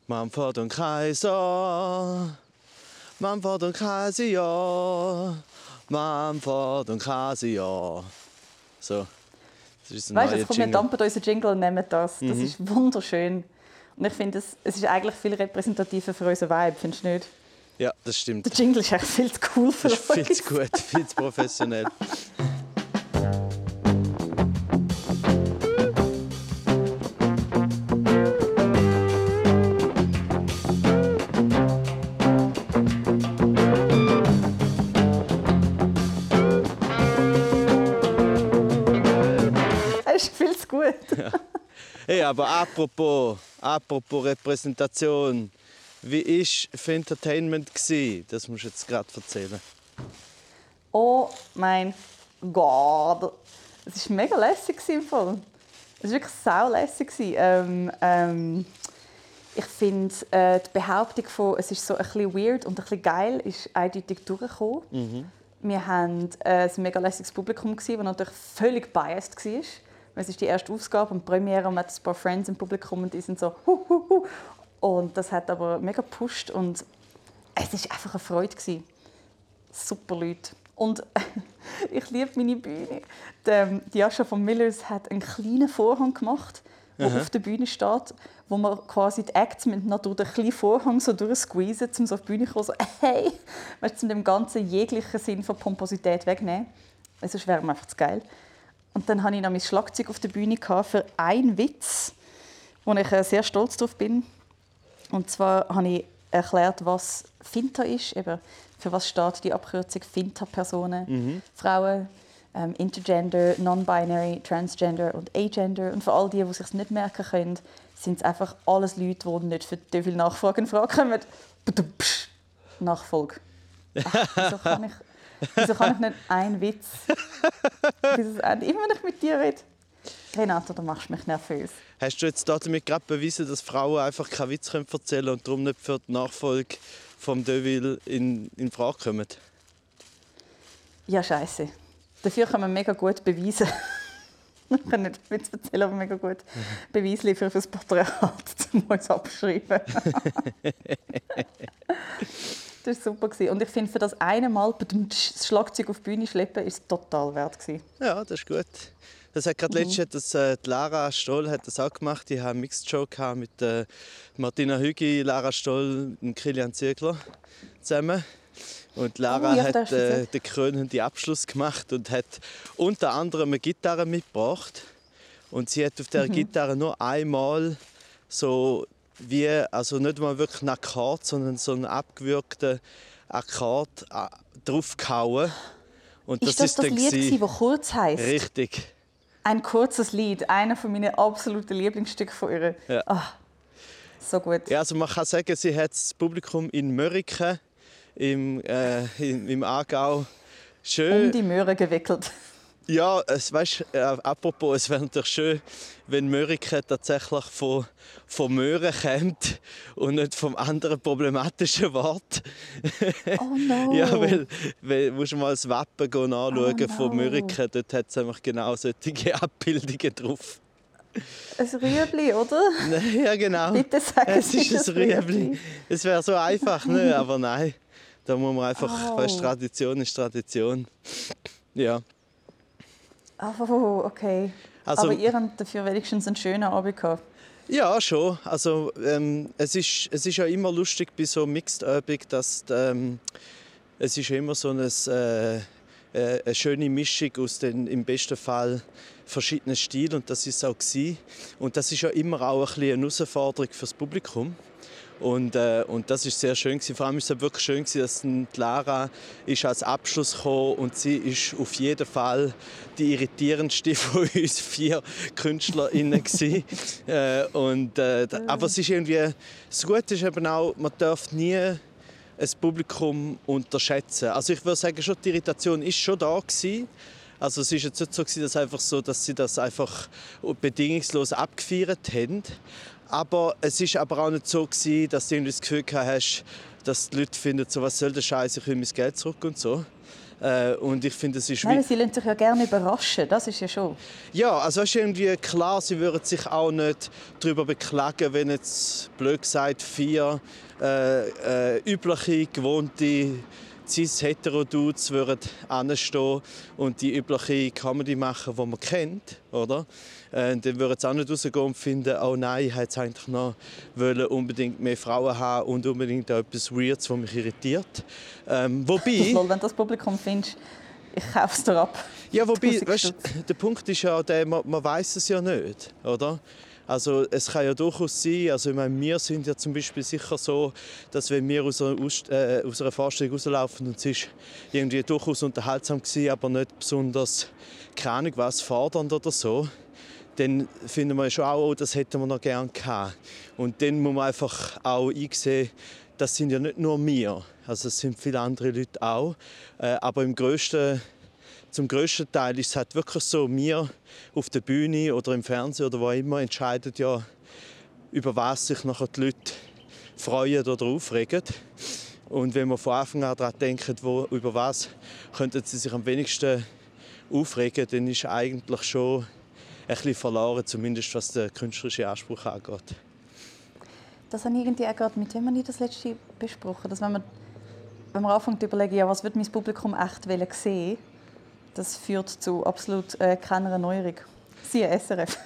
Manfred und Kaiser, Manfred und Kaiser, ja. Manfred und Kaiser, ja. So, das ist ein Weißt du, neuer jetzt kommt, wir Jingle. dumpen unseren Jingle und nehmen das. Das ist wunderschön. Und ich finde, es ist eigentlich viel repräsentativer für unseren Vibe, findest du nicht? Ja, das stimmt. Der Jingle ist echt viel zu cool für Das ist viel uns. zu gut, viel zu professionell. Das ist viel zu gut. Hey, aber apropos Repräsentation. Wie war Fintertainment? Das musst du jetzt gerade erzählen. Oh mein Gott. Es war mega lässig im Fall. Es war wirklich saulässig. Ich finde, die Behauptung von «es ist so ein bisschen weird und ein bisschen geil» ist eindeutig durchgekommen. Wir hatten ein mega lässiges Publikum, das natürlich völlig biased war. Es ist die erste Ausgabe und die Premiere und man hat ein paar Friends im Publikum und die sind so «hu, hu, hu». Und das hat aber mega gepusht und es war einfach eine Freude. Super Leute. Und ich liebe meine Bühne. Die Jascha von Millers hat einen kleinen Vorhang gemacht, der auf der Bühne steht, wo man quasi die Acts mit noch durch den kleinen Vorhang so durchsqueezen, um so auf die Bühne zu kommen, so «hey!» Weißt du, um dem ganzen jeglichen Sinn von Pomposität wegnehmen. Sonst wäre mir einfach zu geil. Und dann hatte ich noch mein Schlagzeug auf der Bühne für einen Witz, wo ich sehr stolz drauf bin. Und zwar habe ich erklärt, was Finta ist, eben für was steht die Abkürzung Finta-Personen, Frauen, Intergender, Non-Binary, Transgender und Agender. Und für all die es sich nicht merken können, sind es einfach alles Leute, die nicht für so viele Nachfragen in Frage kommen. Nachfolge. Ach, wieso kann ich nicht einen Witz dieses Ende? Immer wenn ich mit dir rede. Renato, du machst mich nervös. Hast du jetzt damit gerade bewiesen, dass Frauen einfach keinen Witz erzählen können und darum nicht für die Nachfolge vom Deville in Frage kommen? Ja, scheiße. Dafür kann man mega gut beweisen. Ich kann nicht Witz erzählen, aber mega gut Beweise liefern für das Porträt, um uns abschreiben. Das war super. Und ich finde, für das eine Mal das Schlagzeug auf die Bühne schleppen, ist es total wert. Ja, das ist gut. Das hat gerade letztens die Lara Stoll hat das auch gemacht. Ich hatte einen Mixed Show mit Martina Hügi, Lara Stoll und Kilian Ziegler zusammen. Und Lara hat den krönenden Abschluss gemacht und hat unter anderem eine Gitarre mitgebracht. Und sie hat auf der Gitarre nur einmal so wie, also nicht mal wirklich einen Akkord, sondern so einen abgewürgten Akkord draufgehauen. Und Ist das Lied, das kurz heisst? Richtig. Ein kurzes Lied, einer meiner absoluten Lieblingsstücke von ihr. Ja. Oh, so gut. Ja, also man kann sagen, sie hat das Publikum in Mörike im Aargau schön... Um die Möhre gewickelt. Ja, apropos, es wäre natürlich schön, wenn Mörike tatsächlich von Möhren kommt und nicht vom anderen problematischen Wort. Oh no! Ja, weil musst du mal das Wappen anschauen von Mörike, dort hat es einfach genau solche Abbildungen drauf. Ein Rüebli, oder? Ja, genau. Bitte sag es ist ein Rüebli. Es wäre so einfach, ne? Aber nein. Da muss man einfach, weißt, Tradition ist Tradition. Ja. Oh, okay. Also, aber ihr habt dafür wenigstens einen schönen Abend gehabt. Ja, schon. Also, es ist ja immer lustig bei so Mixed-Abend, dass es ist immer so eine schöne Mischung aus den im besten Fall verschiedenen Stilen und das ist auch gewesen. Und das ist ja immer auch ein bisschen eine Herausforderung für das Publikum. Und das ist sehr schön gewesen. Vor allem ist es wirklich schön gewesen, dass die Lara ist als Abschluss gekommen und sie ist auf jeden Fall die irritierendste von uns 4 KünstlerInnen gewesen. Aber es ist irgendwie, das Gute ist eben auch, man darf nie ein Publikum unterschätzen. Also ich würde sagen, schon die Irritation ist schon da gewesen. Also es ist jetzt nicht so, dass sie das einfach bedingungslos abgefeiert haben. Aber es war aber auch nicht so, dass du das Gefühl hast, dass die Leute finden, so, was soll der Scheiß, ich will mein Geld zurück und so. Und ich finde, es ist Nein, sie lassen sich ja gerne überraschen, das ist ja schon. Ja, also es ist irgendwie klar, sie würden sich auch nicht darüber beklagen, wenn jetzt, blöd gesagt, 4 übliche, gewohnte Cis-Hetero-Dudes würden anstehen und die übliche Comedy machen, die man kennt, oder? Dann würden sie auch nicht rausgehen und finden, oh nein, ich hätte eigentlich noch unbedingt mehr Frauen haben und unbedingt auch etwas Weirdes, das mich irritiert. Wobei... Wenn du das Publikum findest, ich kaufe es dir ab. Ja, wobei, weißt, der Punkt ist ja der, man weiß es ja nicht, oder? Also es kann ja durchaus sein, also ich meine, wir sind ja zum Beispiel sicher so, dass wenn wir aus einer Vorstellung rauslaufen und es ist irgendwie durchaus unterhaltsam gewesen, aber nicht besonders, keine Ahnung was, fordernd oder so, dann finden wir schon auch, oh, das hätten wir noch gerne gehabt. Und dann muss man einfach auch einsehen, das sind ja nicht nur wir, also es sind viele andere Leute auch, aber zum grössten Teil ist es halt wirklich so, wir auf der Bühne oder im Fernsehen oder wo immer entscheiden ja, über was sich nachher die Leute freuen oder aufregen. Und wenn wir von Anfang an daran denken, über was könnten sie sich am wenigsten aufregen, dann ist eigentlich schon ein bisschen verloren, zumindest was den künstlerischen Anspruch angeht. Das habe ich irgendwie auch gerade mit wem habe ich das letzte besprochen, dass wenn man anfängt zu überlegen, ja, was wird mein Publikum echt sehen, das führt zu absolut keiner Erneuerung. Siehe SRF.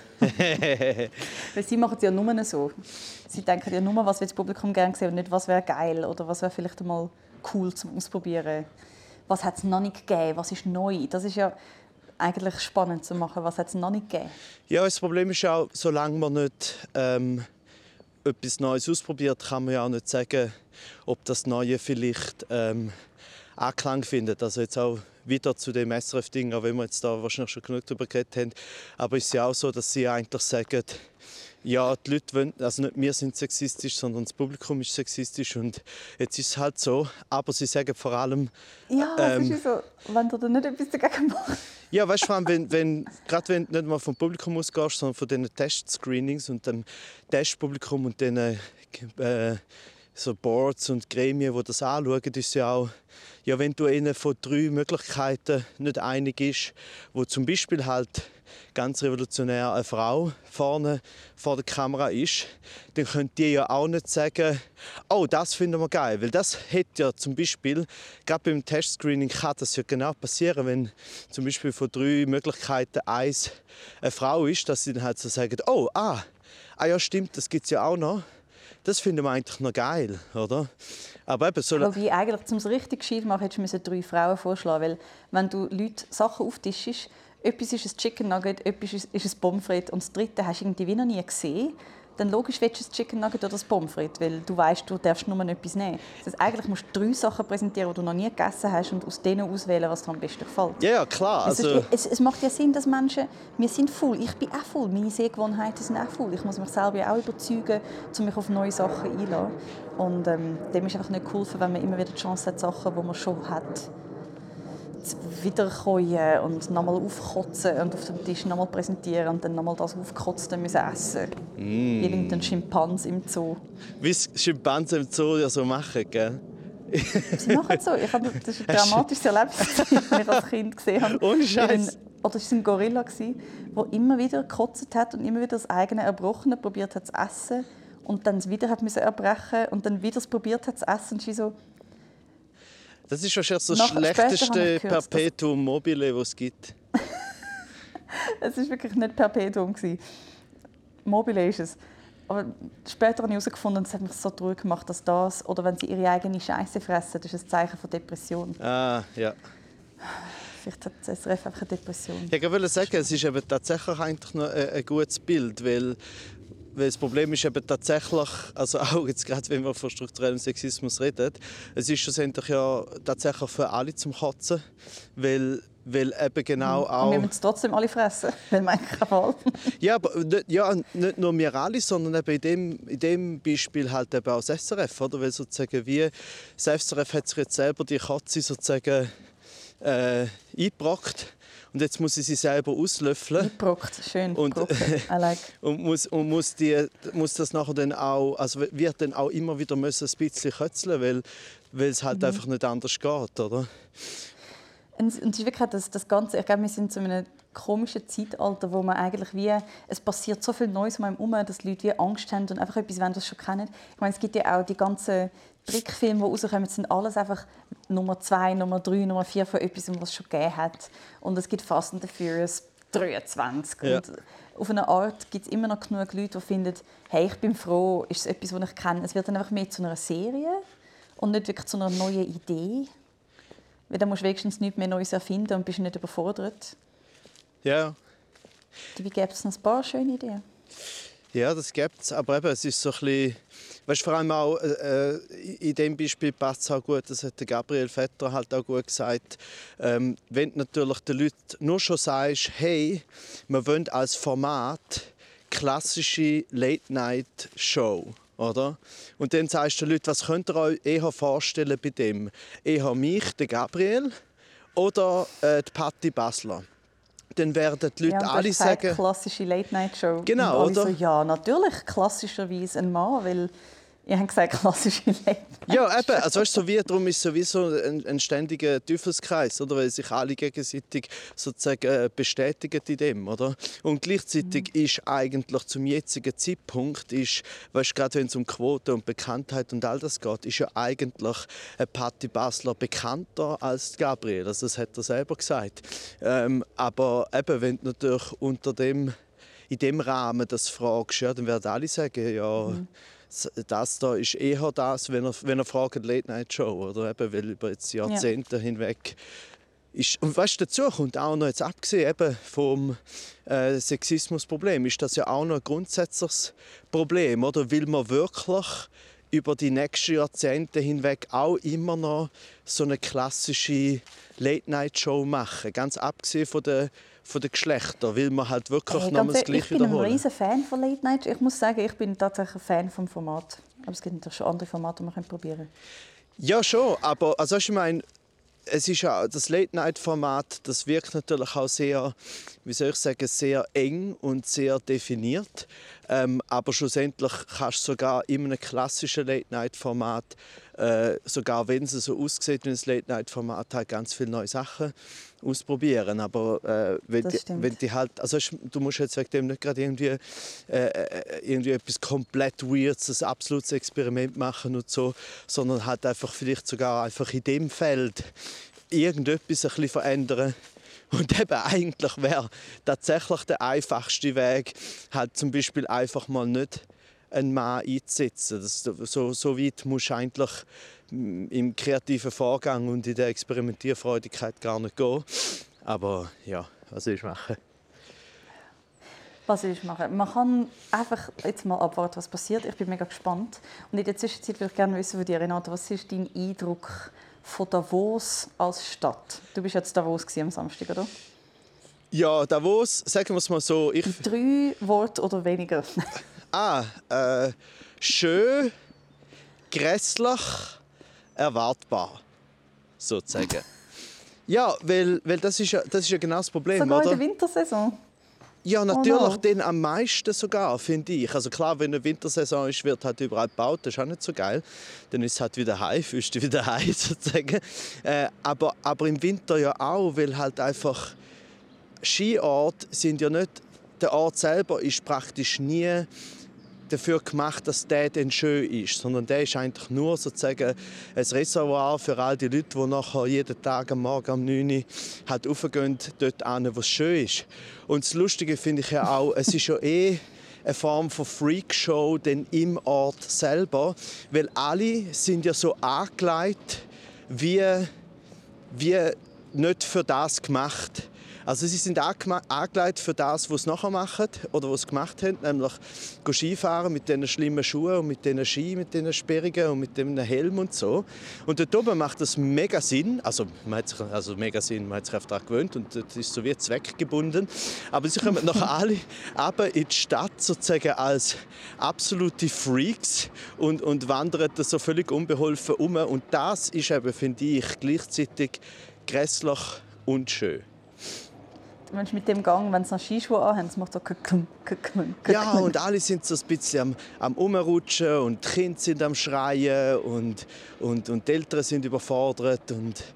Weil sie machen es ja nur so. Sie denken ja nur, was will das Publikum gerne sehen und nicht, was wäre geil oder was wäre vielleicht einmal cool zum Ausprobieren. Was hat es noch nicht gegeben? Was ist neu? Das ist ja eigentlich spannend zu machen. Was hat es noch nicht gegeben? Ja, das Problem ist auch, solange man nicht etwas Neues ausprobiert, kann man ja auch nicht sagen, ob das Neue vielleicht Anklang findet. Also jetzt auch wieder zu dem SRF-Ding, auch wenn wir jetzt da wahrscheinlich schon genug darüber geredet haben. Aber es ist ja auch so, dass sie eigentlich sagen, ja, die Leute wollen, also nicht wir sind sexistisch, sondern das Publikum ist sexistisch und jetzt ist es halt so. Aber sie sagen vor allem... Ja, es ist ja so, wenn du da nicht etwas dagegen machst. Ja, weißt du, vor allem, gerade wenn du nicht mal vom Publikum ausgehst, sondern von diesen Test-Screenings und dem Testpublikum und den so Boards und Gremien, die das anschauen, ist ja auch, ja, wenn du ihnen von 3 Möglichkeiten nicht einig bist, wo zum Beispiel halt ganz revolutionär eine Frau vorne vor der Kamera ist, dann können die ja auch nicht sagen, oh, das finden wir geil, weil das hätte ja zum Beispiel, gerade beim Testscreening kann das ja genau passieren, wenn zum Beispiel von 3 Möglichkeiten eins eine Frau ist, dass sie dann halt so sagen, oh, ja stimmt, das gibt es ja auch noch. Das finden wir eigentlich noch geil, oder? Aber eben so... Wobei eigentlich, um es richtig schief zu machen, hättest du 3 Frauen vorschlagen, weil wenn du Leute Sachen auftischst, etwas ist ein Chicken Nugget, etwas ist ein Pommes frites und das dritte hast du irgendwie wie noch nie gesehen, dann logisch willst du das Chicken Nugget oder das Pommes frites, weil du weißt, du darfst nur etwas nehmen. Das heißt, eigentlich musst du 3 Sachen präsentieren, die du noch nie gegessen hast und aus denen auswählen, was dir am besten gefällt. Ja, klar. Also... Es macht ja Sinn, dass Menschen, wir sind faul, ich bin auch faul, meine Sehgewohnheiten sind auch faul. Ich muss mich selber auch überzeugen, um mich auf neue Sachen einzulassen. Und dem ist einfach nicht geholfen, wenn man immer wieder die Chance hat, Sachen, die man schon hat, zu wiederkäuen und nochmal aufkotzen und auf dem Tisch nochmal präsentieren und dann nochmal das Aufgekotzte müssen essen. Irgendein Schimpans im Zoo. Wie es Schimpansen im Zoo ja so machen, gell? Sie machen es so. Das war ein dramatisches Erlebnis, das ich als Kind gesehen habe. Ohne Scheiß. Oder es war ein Gorilla, der immer wieder gekotzt hat und immer wieder das eigene Erbrochene probiert hat zu essen und dann es wieder hat erbrechen und dann wieder es probiert hat zu essen. Und so, das ist wahrscheinlich das schlechteste Perpetuum mobile, das es gibt. Es war wirklich nicht Perpetuum. Mobile ist es. Aber später habe ich herausgefunden, es hat mich so traurig gemacht, dass das, oder wenn sie ihre eigene Scheiße fressen, das ist ein Zeichen von Depression. Ah, ja. Vielleicht hat das SRF einfach eine Depression. Ich wollte sagen, es ist eben tatsächlich eigentlich noch ein gutes Bild, weil das Problem ist eben tatsächlich, also auch jetzt gerade, wenn wir von strukturellem Sexismus reden, es ist schlussendlich ja tatsächlich für alle zum Kotzen, weil eben genau auch... Und wir müssen es trotzdem alle fressen, weil man eigentlich keine Wahl. Ja, aber nicht nur wir alle, sondern eben in dem Beispiel halt eben auch das SRF, oder? Weil sozusagen wie das SRF hat sich jetzt selber die Katze sozusagen eingebrockt. Und jetzt muss sie sie selber auslöffeln. Eingebrockt, schön. Und, I like. und muss das nachher dann auch, also wird dann auch immer wieder müssen ein bisschen kötzeln, weil es halt einfach nicht anders geht, oder? Und es ist wirklich das Ganze, ich glaube, wir sind in einem komischen Zeitalter, wo man eigentlich wie, es passiert so viel Neues um einen herum, dass die Leute wie Angst haben und einfach etwas wollen, das schon kennen. Ich meine, es gibt ja auch die ganzen Trickfilme, die rauskommen, sind alles einfach Nummer 2, Nummer 3, Nummer 4 von etwas, was es schon gegeben hat. Und es gibt Fast and the Furious 23. Ja. Und auf eine Art gibt es immer noch genug Leute, die finden, hey, ich bin froh, ist es etwas, das ich kenne. Es wird dann einfach mehr zu einer Serie und nicht wirklich zu einer neuen Idee. Weil dann musst du wenigstens nichts mehr Neues erfinden und bist nicht überfordert. Ja. Dabei gibt es noch ein paar schöne Ideen. Ja, das gibt es. Aber eben, es ist so ein bisschen, weißt, vor allem auch in diesem Beispiel passt es auch gut, das hat der Gabriel Vetter halt auch gut gesagt, wenn du natürlich den Leuten nur schon sagst, hey, wir wollen als Format klassische Late-Night-Show, oder? Und dann sagst du den Leuten, was könnt ihr euch eher vorstellen bei dem? Eher mich, den Gabriel, oder die Patti Basler? Dann werden die Leute Ja, und alle sagen... klassische Late-Night-Show. Genau, und alle oder? so, ja, natürlich klassischerweise ein Mann, weil ihr habt gesagt, klassische Late-Night-Show. Ja, eben. Also, weißt, darum ist es sowieso ein ständiger Teufelskreis, oder? Weil sich alle gegenseitig sozusagen bestätigen in dem, oder? Und gleichzeitig ist eigentlich zum jetzigen Zeitpunkt, weißt, gerade wenn es um Quote und Bekanntheit und all das geht, ist ja eigentlich Patti Basler bekannter als Gabriel. Also, das hat er selber gesagt. Aber eben, wenn du natürlich in dem Rahmen das fragst, ja, dann werden alle sagen, ja... Das da ist eher das, wenn er fragt, Late-Night-Show, oder? Eben, weil über jetzt Jahrzehnte hinweg ist. Und weißt, dazu kommt auch noch, jetzt abgesehen eben vom Sexismusproblem, ist das ja auch noch ein grundsätzliches Problem, oder? Will man wirklich über die nächsten Jahrzehnte hinweg auch immer noch so eine klassische Late-Night-Show machen, ganz abgesehen von den Geschlechtern, will man halt wirklich noch das Gleiche wiederholen. Ich bin ein riesen Fan von Late Night. Ich muss sagen, ich bin tatsächlich ein Fan vom Format. Aber es gibt natürlich schon andere Formate, die wir probieren können. Ja, schon, aber also ich meine, es ist ja das Late-Night-Format, das wirkt natürlich auch sehr, wie soll ich sagen, sehr eng und sehr definiert. Aber schlussendlich kannst du sogar in einem klassischen Late-Night-Format, sogar wenn es so aussieht wie ein Late-Night-Format, halt ganz viele neue Sachen ausprobieren. Aber wenn die halt, also du musst jetzt wegen dem nicht gerade irgendwie etwas komplett Weirdes, ein absolutes Experiment machen und so, sondern halt einfach vielleicht sogar einfach in dem Feld irgendetwas ein bisschen verändern. Und eben eigentlich wäre tatsächlich der einfachste Weg, halt zum Beispiel einfach mal nicht einen Mann einzusetzen. So weit musst du eigentlich im kreativen Vorgang und in der Experimentierfreudigkeit gar nicht gehen. Aber ja, was soll ich machen? Was soll ich machen? Man kann einfach jetzt mal abwarten, was passiert. Ich bin mega gespannt. Und in der Zwischenzeit würde ich gerne wissen von dir, Renate, was ist dein Eindruck von Davos als Stadt? Du bist jetzt Davos am Samstag, oder? Ja, Davos, sagen wir es mal so. In 3 Worte oder weniger? Schön, grässlich, erwartbar, sozusagen. Ja, weil das ist ja genau das Problem, sogar oder? in der Wintersaison? Ja, natürlich, Oh no. den am meisten sogar, finde ich. Also klar, wenn eine Wintersaison ist, wird halt überall gebaut, das ist auch nicht so geil. Dann ist es halt wieder heim, fühlst du dich wieder heim, sozusagen. Aber im Winter ja auch, weil halt einfach Skiorte sind ja nicht... Der Ort selber ist praktisch nie dafür gemacht, dass der dann schön ist, sondern der ist eigentlich nur sozusagen ein Reservoir für all die Leute, die nachher jeden Tag am Morgen um 9 Uhr halt raufgehen, dort hin, wo es schön ist. Und das Lustige finde ich ja auch, es ist ja eine Form von Freakshow denn im Ort selber, weil alle sind ja so angelegt wie nicht für das gemacht. Also sie sind angelegt für das, was sie nachher machen oder was sie gemacht haben, nämlich Skifahren mit diesen schlimmen Schuhen und mit diesen Ski, mit diesen Sperrigen und mit dem Helm und so. Und dort oben macht das mega Sinn, man hat sich einfach daran gewöhnt und das ist so wie zweckgebunden. Aber sie kommen nachher alle runter in die Stadt sozusagen als absolute Freaks und wandern da so völlig unbeholfen um. Und das ist eben, finde ich, gleichzeitig grässlich und schön. Mit dem Gang, wenn sie noch Skischuhe anhaben, das macht so küklum. Ja, und alle sind so ein bisschen am Umrutschen und die Kinder sind am Schreien und die Eltern sind überfordert. Und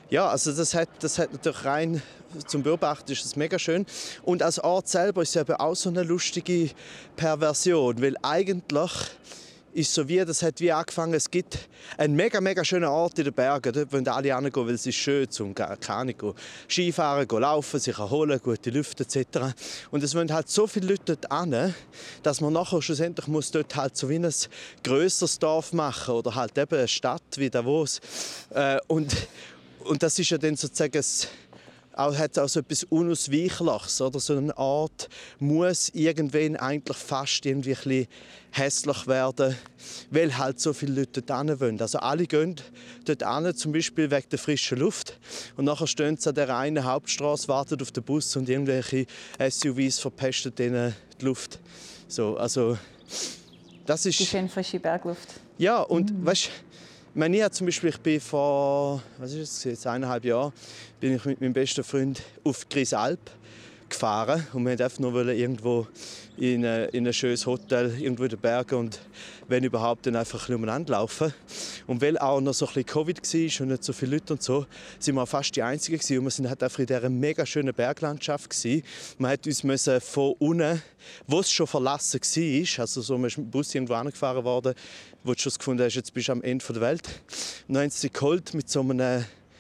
Ja, also das hat natürlich rein zum Beobachten ist das mega schön. Und als Ort selber ist es eben auch so eine lustige Perversion, weil eigentlich ist so wie, das hat wie angefangen, es gibt einen mega, mega schönen Ort in den Bergen, dort wollen alle hingehen, weil es ist schön, zum keine Ahnung, Skifahren, laufen, sich erholen, gute Lüfte etc. Und es wollen halt so viele Leute dort hin, dass man nachher schlussendlich muss dort halt so wie ein grösseres Dorf machen oder halt eben eine Stadt wie Davos. Und das ist ja dann sozusagen hat auch so etwas Unausweichliches. Oder? So eine Art muss irgendwann eigentlich fast irgendwie ein bisschen hässlich werden, weil halt so viele Leute dort hin wollen. Also alle gehen dort hin, zum Beispiel wegen der frischen Luft. Und nachher stehen sie an der einen Hauptstraße, warten auf den Bus und irgendwelche SUVs verpesten denen die Luft. So, also, das ist... Die schön frische Bergluft. Ja, und weißt, ich bin vor, was ist es, jetzt 1,5 Jahren, bin ich mit meinem besten Freund auf Grisalp gefahren und wir wollten einfach nur irgendwo in ein schönes Hotel irgendwo in den Bergen und wenn überhaupt dann einfach ein bisschen umeinander laufen. Und weil auch noch so ein bisschen Covid war und nicht so viele Leute und so, sind wir fast die Einzigen gewesen. Und wir sind halt einfach in dieser mega schönen Berglandschaft gewesen. Man hat uns müssen von unten, wo es schon verlassen war, also so, man ist mit dem Bus irgendwo angefahren worden, wo du schon gefunden hast, jetzt bist du am Ende der Welt. Und dann haben sie geholt mit so einem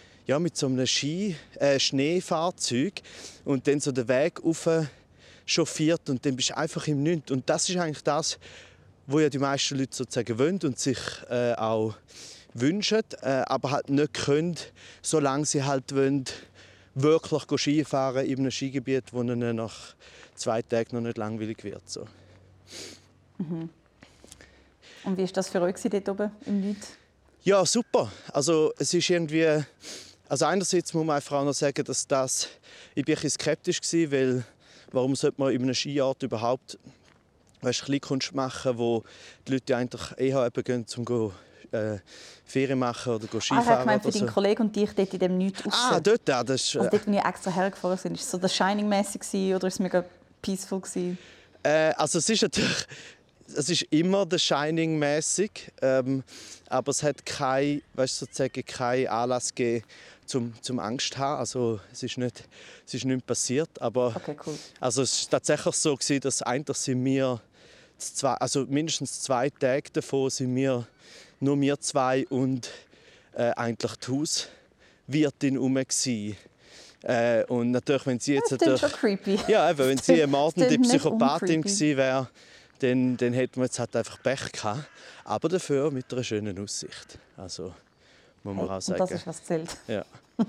Schneefahrzeug und dann so den Weg rauf chauffiert und dann bist du einfach im Nichts. Und das ist eigentlich das, was ja die meisten Leute sozusagen wollen und sich auch wünschen, aber halt nicht können, solange sie halt wollen, wirklich Skifahren in einem Skigebiet, wo ihnen nach 2 Tagen noch nicht langweilig wird. So. Mhm. Und wie war das für euch dort oben im Nichts? Ja, super. Also es ist irgendwie... Also einerseits muss man einfach auch noch sagen, dass ich bin ein bisschen skeptisch war, weil warum sollte man in einem Skiort überhaupt Kleinkunst machen, wo die Leute eigentlich eher gehen, um Ferien machen oder Skifahren. Ich habe gemeint, für deinen Kollegen und dich dort in dem Nichts raus. Dort, ja. Das ist, also dort, wo ihr extra hergefahren sind, ist es so das Shining-mäßig oder ist es mega peaceful gewesen? Also es ist natürlich... Es ist immer der Shining-mäßig, aber es hat keinen Anlass gegeben, zum Angst zu haben. Also es ist nicht passiert, aber okay, cool. Also es war tatsächlich so, dass eigentlich sind wir mindestens 2 Tage davon sind wir nur wir zwei und eigentlich die Hauswirtin rum gsi. Und natürlich, wenn sie jetzt das klingt schon creepy. Ja, eben, wenn sie eine mordende Psychopathin gewesen wäre, dann hätten wir jetzt halt einfach Pech gehabt. Aber dafür mit einer schönen Aussicht. Also, muss man auch sagen. Und das ist, was zählt. Ja.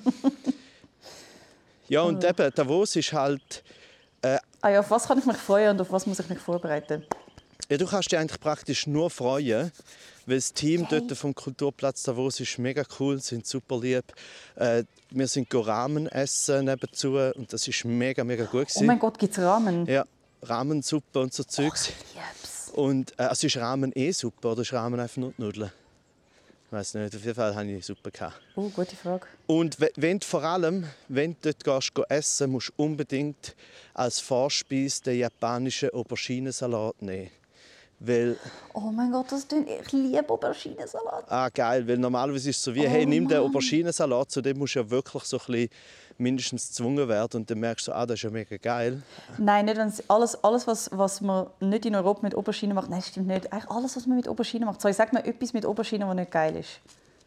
Ja, und eben, Davos ist halt... auf was kann ich mich freuen und auf was muss ich mich vorbereiten? Ja, du kannst dich eigentlich praktisch nur freuen, weil das Team dort vom Kulturplatz Davos ist mega cool, sind super lieb. Wir sind Ramen essen nebenzu und das ist mega, mega gut gewesen. Oh mein Gott, gibt es Ramen? Ja, Ramensuppe und so Zeugs. Und also ist Ramen Suppe oder ist Ramen einfach nur die Nudeln? Ich weiß nicht, auf jeden Fall hatte ich Suppe. Oh, gute Frage. Und wenn du dort gehst, essen musst du unbedingt als Vorspeise den japanischen Auberginensalat nehmen. Weil, oh mein Gott, ich liebe Auberginensalat. Geil, weil normalerweise ist es so wie, hey, nimm den Auberginensalat, zu dem musst du ja wirklich so ein bisschen mindestens gezwungen werden und dann merkst du, das ist ja mega geil. Nein, nicht, alles was man nicht in Europa mit Auberginen macht, nein, stimmt nicht. Eigentlich alles, was man mit Auberginen macht. So, ich sag mal etwas mit Auberginen, das nicht geil ist.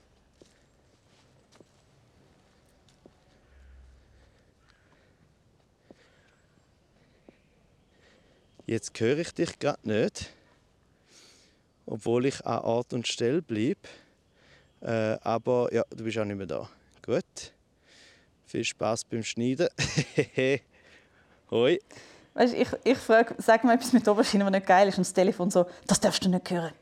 Jetzt höre ich dich gerade nicht, obwohl ich an Ort und Stelle bleibe. Aber ja, du bist auch nicht mehr da. Gut. Viel Spaß beim Schneiden. Hoi. Weißt, ich frage, sag mal etwas mit Auberginen, das nicht geil ist. Und das Telefon so, das darfst du nicht hören.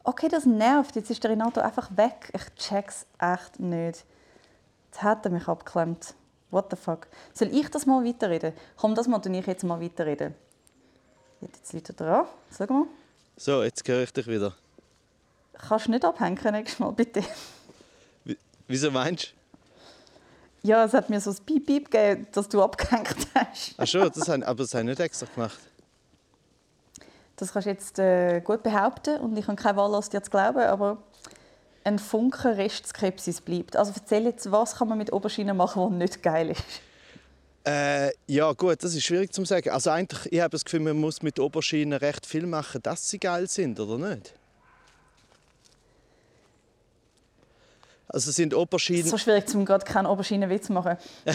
Okay, das nervt. Jetzt ist der Renato einfach weg. Ich check's echt nicht. Jetzt hat er mich abgeklemmt. What the fuck? Soll ich das mal weiterreden? Komm, das mal, ich jetzt mal weiterreden. Jetzt liegt er dran. Sag mal. So, jetzt höre ich dich wieder. Kannst du nicht abhängen nächstes Mal, bitte? Wieso meinst du? Ja, es hat mir so ein Piep-Piep gegeben, dass du abgehängt hast. Ach schon, aber das habe ich nicht extra gemacht. Das kannst du jetzt gut behaupten und ich habe keine Wahl, dir zu glauben, aber ein Funken Restskepsis bleibt. Also erzähl jetzt, was kann man mit Auberginen machen, was nicht geil ist? Ja gut, das ist schwierig zu sagen. Also eigentlich, ich habe das Gefühl, man muss mit Auberginen recht viel machen, dass sie geil sind, oder nicht? Also sind Auberginen... So schwierig, um gerade keinen Auberginenwitz zu machen. Ich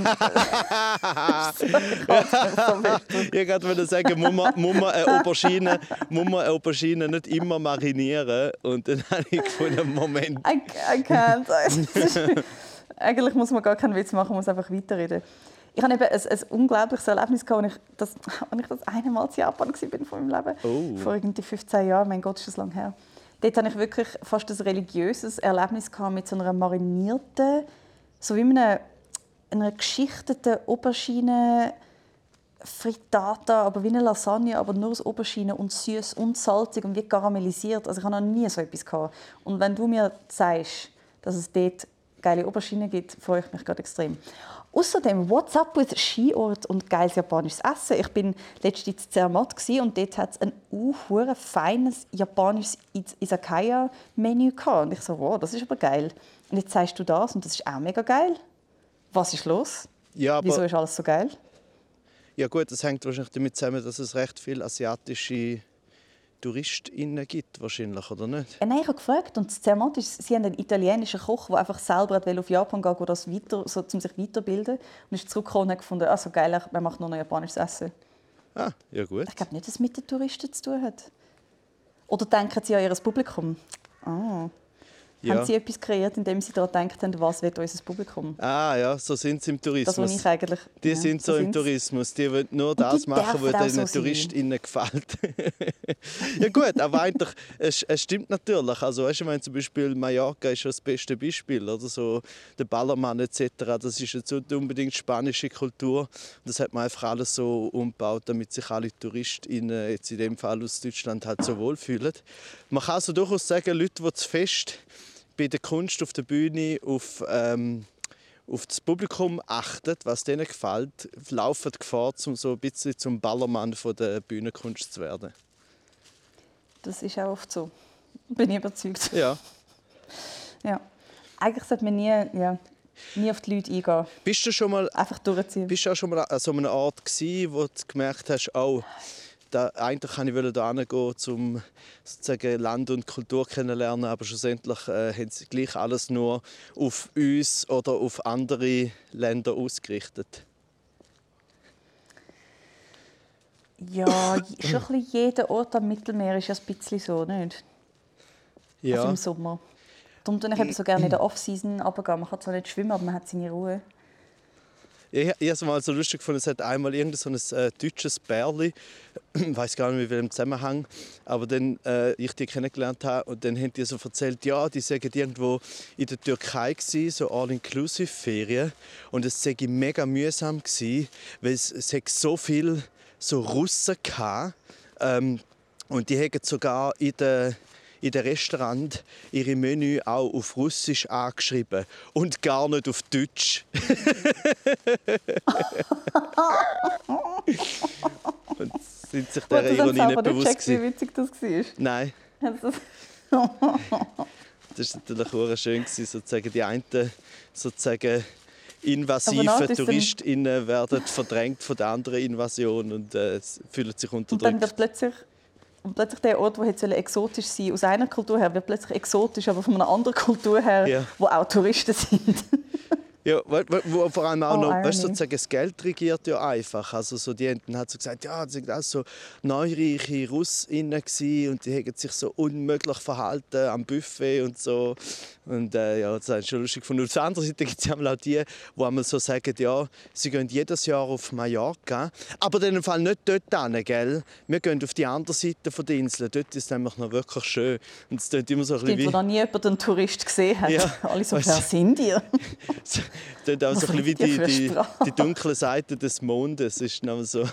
wollte sagen, muss man eine Aubergine nicht immer marinieren. Und dann habe ich gefunden, Moment. I can't. Eigentlich muss man gar keinen Witz machen, man muss einfach weiterreden. Ich hatte eben ein unglaubliches Erlebnis, als ich das eine Mal in Japan war von meinem Leben. Oh. Vor irgendwie 15 Jahren, mein Gott, ist das lange her. Dort hatte ich wirklich fast ein religiöses Erlebnis mit so einer marinierten, so wie einer geschichteten Aubergine Frittata, aber wie eine Lasagne, aber nur aus Aubergine und süß und salzig und wie karamellisiert. Also ich hatte noch nie so etwas gehabt. Und wenn du mir sagst, dass es dort geile Auberginen gibt, freue ich mich gerade extrem. Außerdem, what's up with Skiort und geiles japanisches Essen? Ich bin letztens in Zermatt und dort hat es ein feines japanisches Izakaya-Menü gehabt. Und ich so, wow, das ist aber geil. Und jetzt sagst du das und das ist auch mega geil. Was ist los? Ja, aber, wieso ist alles so geil? Ja gut, das hängt wahrscheinlich damit zusammen, dass es recht viele asiatische TouristInnen gibt, wahrscheinlich, oder nicht? Nein, ich habe gefragt. Und das Zermatt ist, sie haben einen italienischen Koch, der einfach selber auf Japan gehen wollte, um sich weiterbilden. Und ist zurückgekommen und hat gefunden, so geil, man macht nur noch japanisches Essen. Ah, ja gut. Ich glaube nicht, dass es mit den Touristen zu tun hat. Oder denken sie an ihr Publikum? Ah. Ja. Haben sie etwas kreiert, indem sie daran gedacht haben, was will unser Publikum? Ah ja, so sind sie im Tourismus. Das, was ich eigentlich, die sind so im Tourismus. Die wollen nur das machen, was den so TouristInnen gefällt. Ja gut, aber eigentlich, es stimmt natürlich. Also weißt du, wenn zum Beispiel Mallorca ist ja das beste Beispiel, oder so der Ballermann etc. Das ist jetzt nicht unbedingt spanische Kultur. Das hat man einfach alles so umgebaut, damit sich alle TouristInnen jetzt in dem Fall aus Deutschland halt so wohlfühlen. Man kann also durchaus sagen, Leute, die zu fest bei der Kunst auf der Bühne auf das Publikum achten, was denen gefällt, laufen Gefahr, so ein bisschen zum Ballermann von der Bühnenkunst zu werden. Das ist auch oft so. Bin ich überzeugt. Ja. Ja. Eigentlich sollte man nie auf die Leute eingehen. Bist du schon mal, einfach durchziehen. Bist du auch schon mal an so einer Art gewesen, wo du gemerkt hast, eigentlich kann ich da hingehen, um sozusagen Land und Kultur kennenzulernen, aber schlussendlich haben sie gleich alles nur auf uns oder auf andere Länder ausgerichtet? Ja, schon ein bisschen jeder Ort am Mittelmeer ist ja ein bisschen so, nicht? Ja. Also im Sommer. Darum gehe ich eben so gerne in der Off-Season runtergehen. Man kann zwar nicht schwimmen, aber man hat seine Ruhe. Ich habe es mal so lustig gefunden, es hat einmal irgendein deutsches Bärli, ich weiß gar nicht in welchem Zusammenhang, aber dann ich die kennengelernt habe und dann haben die so erzählt, ja, die seien irgendwo in der Türkei gewesen, so All-Inclusive-Ferien und es sei mega mühsam gewesen, weil es so viele so Russen gehabt, und die haben sogar in den Restaurant ihre Menü auch auf Russisch angeschrieben und gar nicht auf Deutsch. Und sind sich dieser Ironie nicht bewusst gewesen. Wie witzig das war? Nein. Das war natürlich auch schön, sozusagen die einen sozusagen invasiven TouristInnen werden verdrängt von der anderen Invasion und fühlen sich unterdrückt. Und dann wird plötzlich der Ort, der exotisch sein aus einer Kultur her, wird plötzlich exotisch, aber von einer anderen Kultur her, wo auch Touristen sind. Ja, wo vor allem auch Oh, noch, Irony. weißt du, sozusagen, das Geld regiert ja einfach. Also so, die haben dann halt so gesagt, ja, das sind auch so neureiche Russinnen gewesen und die haben sich so unmöglich verhalten am Buffet und so. Und ja, das ist schon lustig gefunden. Auf der anderen Seite gibt es ja auch die, die einmal so sagen, ja, sie gehen jedes Jahr auf Mallorca, aber in dem Fall nicht dort hin, gell? Wir gehen auf die andere Seite der Insel, dort ist es nämlich noch wirklich schön. Und es klingt immer so ein bisschen Dort, wo wie... noch nie jemand einen Tourist gesehen hat. Ja, Alle so, weißt wer du. sind ihr? Dort auch so Was ein bisschen wie redet ihr für eine die Sprache? dunkle Seite des Mondes. Ist noch so.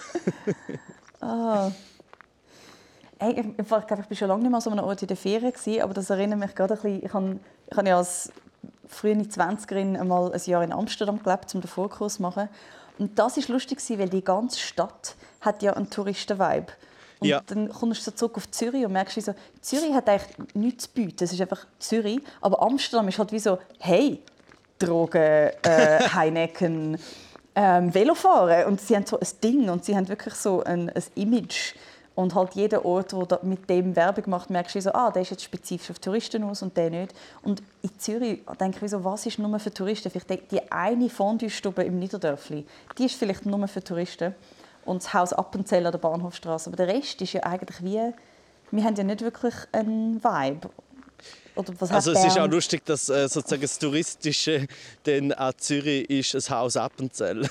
Hey, ich glaube, ich war schon lange nicht mehr so an einem Ort in der Ferien, aber das erinnert mich gerade ein bisschen. Ich habe ja als frühe 20erin einmal ein Jahr in Amsterdam gelebt, um den Vorkurs zu machen. Und das war lustig, weil die ganze Stadt hat ja einen Touristen-Vibe. Und Ja. dann kommst du so zurück auf Zürich und merkst, so, Zürich hat eigentlich nichts zu bieten. Es ist einfach Zürich. Aber Amsterdam ist halt wie so, hey, Drogen, Heineken, Velofahren. Und sie haben so ein Ding und sie haben wirklich so ein Image. Und halt jeder Ort, der mit dem Werbung macht, merkst du so, der ist jetzt spezifisch auf Touristen aus und der nicht. Und in Zürich denke ich so, was ist nur für Touristen? Vielleicht die eine Fondue-Stube im Niederdörfli, die ist vielleicht nur für Touristen. Und das Haus Appenzell an der Bahnhofstrasse. Aber der Rest ist ja eigentlich wie, wir haben ja nicht wirklich einen Vibe. Oder was Also hat es ist auch Bern? lustig, dass sozusagen das Touristische dann an Zürich ist ein Haus Appenzell.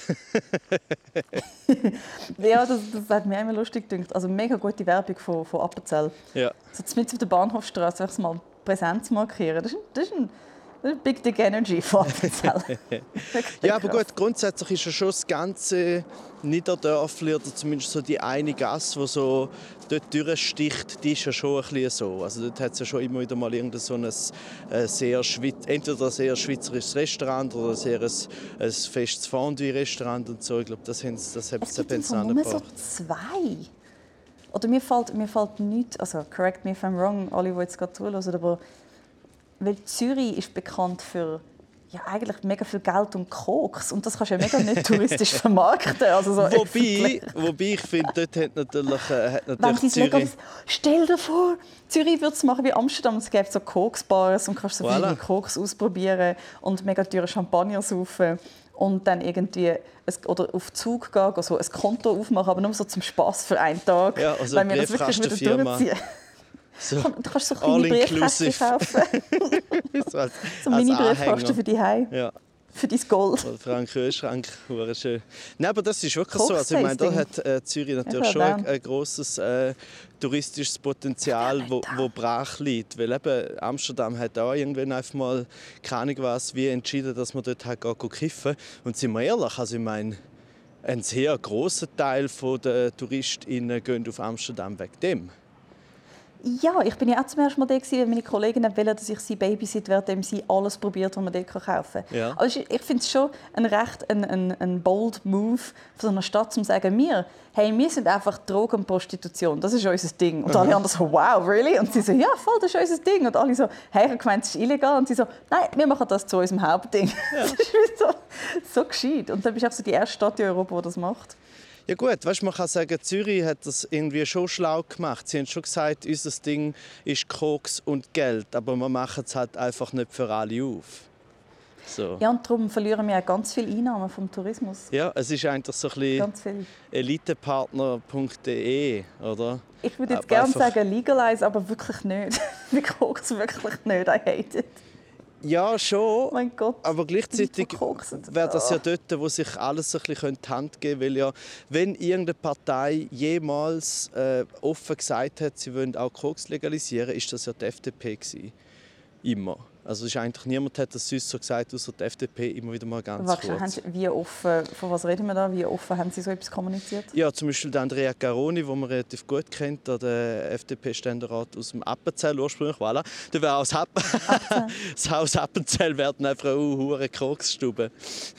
Ja, das hat mir immer lustig gedacht. Also mega gute Werbung von Appenzell. Ja. So mitten auf der Bahnhofstrasse einfach mal Präsenz markieren. Das ist ein Big Dick Energy von Appenzell. Ja, aber gut, grundsätzlich ist ja schon das ganze Niederdörfli oder zumindest so die eine Gasse, die so dort durchsticht, die ist ja schon ein bisschen so. Also dort hat es ja schon immer wieder mal irgendein so ein entweder ein sehr schweizerisches Restaurant oder ein festes Fondue-Restaurant und so. Ich glaube, das haben sie Es gibt so noch nur so angebracht. zwei. Oder mir fällt nichts, also correct me if I'm wrong, alle, die jetzt gerade zuhören, aber weil Zürich ist bekannt für ja, eigentlich mega viel Geld und Koks. Und das kannst du ja mega nicht touristisch vermarkten. Also so Wobei ich finde, dort hat natürlich wenn sie es Zürich... legal... Stell dir vor, Zürich würde es machen wie Amsterdam. Es gibt so Koksbars und kannst so Voilà. viele Koks ausprobieren und mega teure Champagner saufen. Und dann irgendwie oder auf Zug gehen, so ein Konto aufmachen, aber nur so zum Spass für einen Tag. Ja, also weil wir das wirklich wieder Briefkastenfirma. durchziehen. So, Du kannst so kleine Briefkästen all-inclusive. kaufen. so als So eine Mini-Briefkasten Anhänger. für die Heim. Ja. Für dein Gold. Oder für einen Kühlschrank, hure schön. Nein, aber das ist wirklich so. Also ich meine, da hat Zürich natürlich Ja, schon dann. ein grosses touristisches Potenzial, wo brach liegt. Weil eben Amsterdam hat auch irgendwann einfach mal, keine Ahnung was, wie entschieden, dass man dort halt kiffen. Und sind wir ehrlich, also ich meine, ein sehr grosser Teil der TouristInnen gehen auf Amsterdam wegen dem. Ja, ich bin ja auch zum ersten Mal da, weil meine Kolleginnen wollen, dass ich sie babysit, während sie alles probiert, was man dort kaufen kann. Ja. Aber ich finde es schon ein bold Move von so einer Stadt, um zu sagen, wir sind einfach Drogen und Prostitution, das ist unser Ding. Und alle anderen so, wow, really? Und sie so, ja, voll, das ist unser Ding. Und alle so, hey, ich gemeint, das ist illegal. Und sie so, nein, wir machen das zu unserem Hauptding. Ja. Das ist so gescheit. Und dann bist du auch so die erste Stadt in Europa, die das macht. Ja gut, weißt, man kann sagen, Zürich hat das irgendwie schon schlau gemacht. Sie haben schon gesagt, unser Ding ist Koks und Geld, aber wir machen es halt einfach nicht für alle auf. So. Ja, und darum verlieren wir auch ganz viele Einnahmen vom Tourismus. Ja, es ist eigentlich so ein bisschen Ganz viel. elitepartner.de, oder? Ich würde jetzt Aber gerne einfach- sagen legalize, aber wirklich nicht. Wir Koks wirklich nicht. I hate it. Ja, schon. Mein Gott. Aber gleichzeitig Leute, die koksen. wäre das ja dort, wo sich alles ein bisschen die Hand geben könnte. Weil ja, wenn irgendeine Partei jemals offen gesagt hat, sie wollen auch Koks legalisieren, ist das ja die FDP gewesen. Immer. Also ist eigentlich niemand hat das sonst so gesagt, außer die FDP immer wieder mal ganz Warte, kurz. wie offen, von was reden wir da? Wie offen haben Sie so etwas kommuniziert? Ja, zum Beispiel der Andrea Garoni, den man relativ gut kennt, der FDP-Ständerat aus dem Appenzell ursprünglich. Voilà. Der wäre aus das Haus Appenzell wäre dann einfach eine hure Koksstube.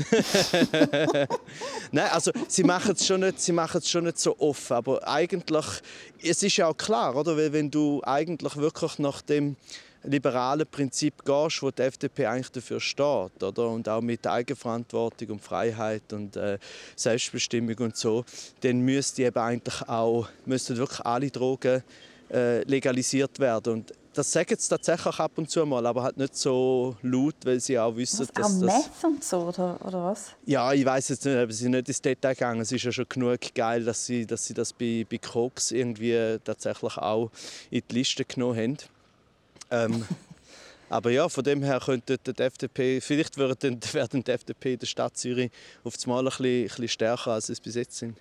Nein, also sie machen es schon nicht so offen, aber eigentlich es ist ja auch klar, oder? Weil wenn du eigentlich wirklich nach dem liberalen Prinzip gehst, wo die FDP eigentlich dafür steht, oder? Und auch mit Eigenverantwortung und Freiheit und Selbstbestimmung und so, dann müssten wirklich alle Drogen legalisiert werden. Und das sagen sie tatsächlich ab und zu mal, aber halt nicht so laut, weil sie auch wissen, Was, auch Meth und so, oder was? Ja, ich weiß jetzt nicht, aber sie sind nicht ins Detail gegangen. Es ist ja schon genug geil, dass sie das bei Koks irgendwie tatsächlich auch in die Liste genommen haben. Aber ja, von dem her könnte die FDP, vielleicht werden die FDP in der Stadt Zürich auf das Mal ein bisschen stärker, als sie bis jetzt sind.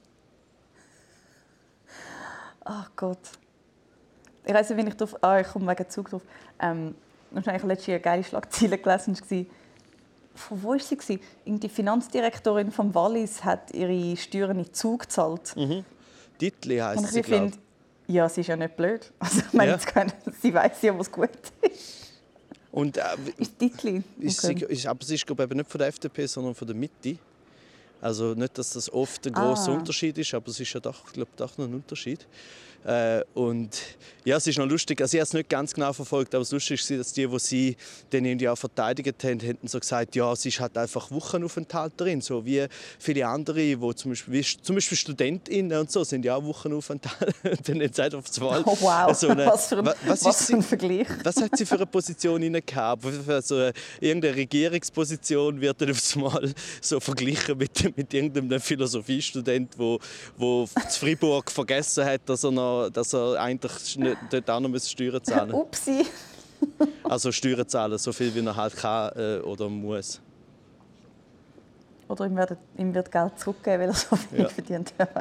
Ach Gott. Ich weiss nicht, wie ich drauf... ich komme wegen Zug drauf. Wahrscheinlich letztes Jahr eine geile Schlagzeile gelesen. Von wo war sie? Die Finanzdirektorin von Wallis hat ihre Steuern in Zug gezahlt. Dietli heisst und sie, ich finde, ja, sie ist ja nicht blöd. Also, ich meine, sie weiss ja, was gut ist. Und, ist Dietli. Okay. Aber sie ist glaube ich, nicht von der FDP, sondern von der Mitte. Also nicht, dass das oft ein grosser Unterschied ist, aber es ist ja doch, glaube ich, doch noch ein Unterschied. Und ja, es ist noch lustig, also ich habe es nicht ganz genau verfolgt, aber es lustig war, dass die sie dann irgendwie auch verteidigt haben, hätten so gesagt, ja, sie ist halt einfach Wochenaufenthalterin, so wie viele andere, die zum Beispiel StudentInnen und so, sind ja auch Wochenaufenthalter. Und dann hat sie einfach zur Wahl oh, wow, so eine, was für ein Vergleich. Was hat sie für eine Position inne gehabt? Also, irgendeine Regierungsposition wird dann aufs Mal so verglichen mit irgendeinem Philosophiestudent, der zu Freiburg vergessen hat, dass er eigentlich nicht dort auch noch Steuern zahlen muss. Upsi. Also Steuern zahlen, so viel wie er halt kann oder muss. Oder ihm wird Geld zurückgeben, weil er so viel verdient, wer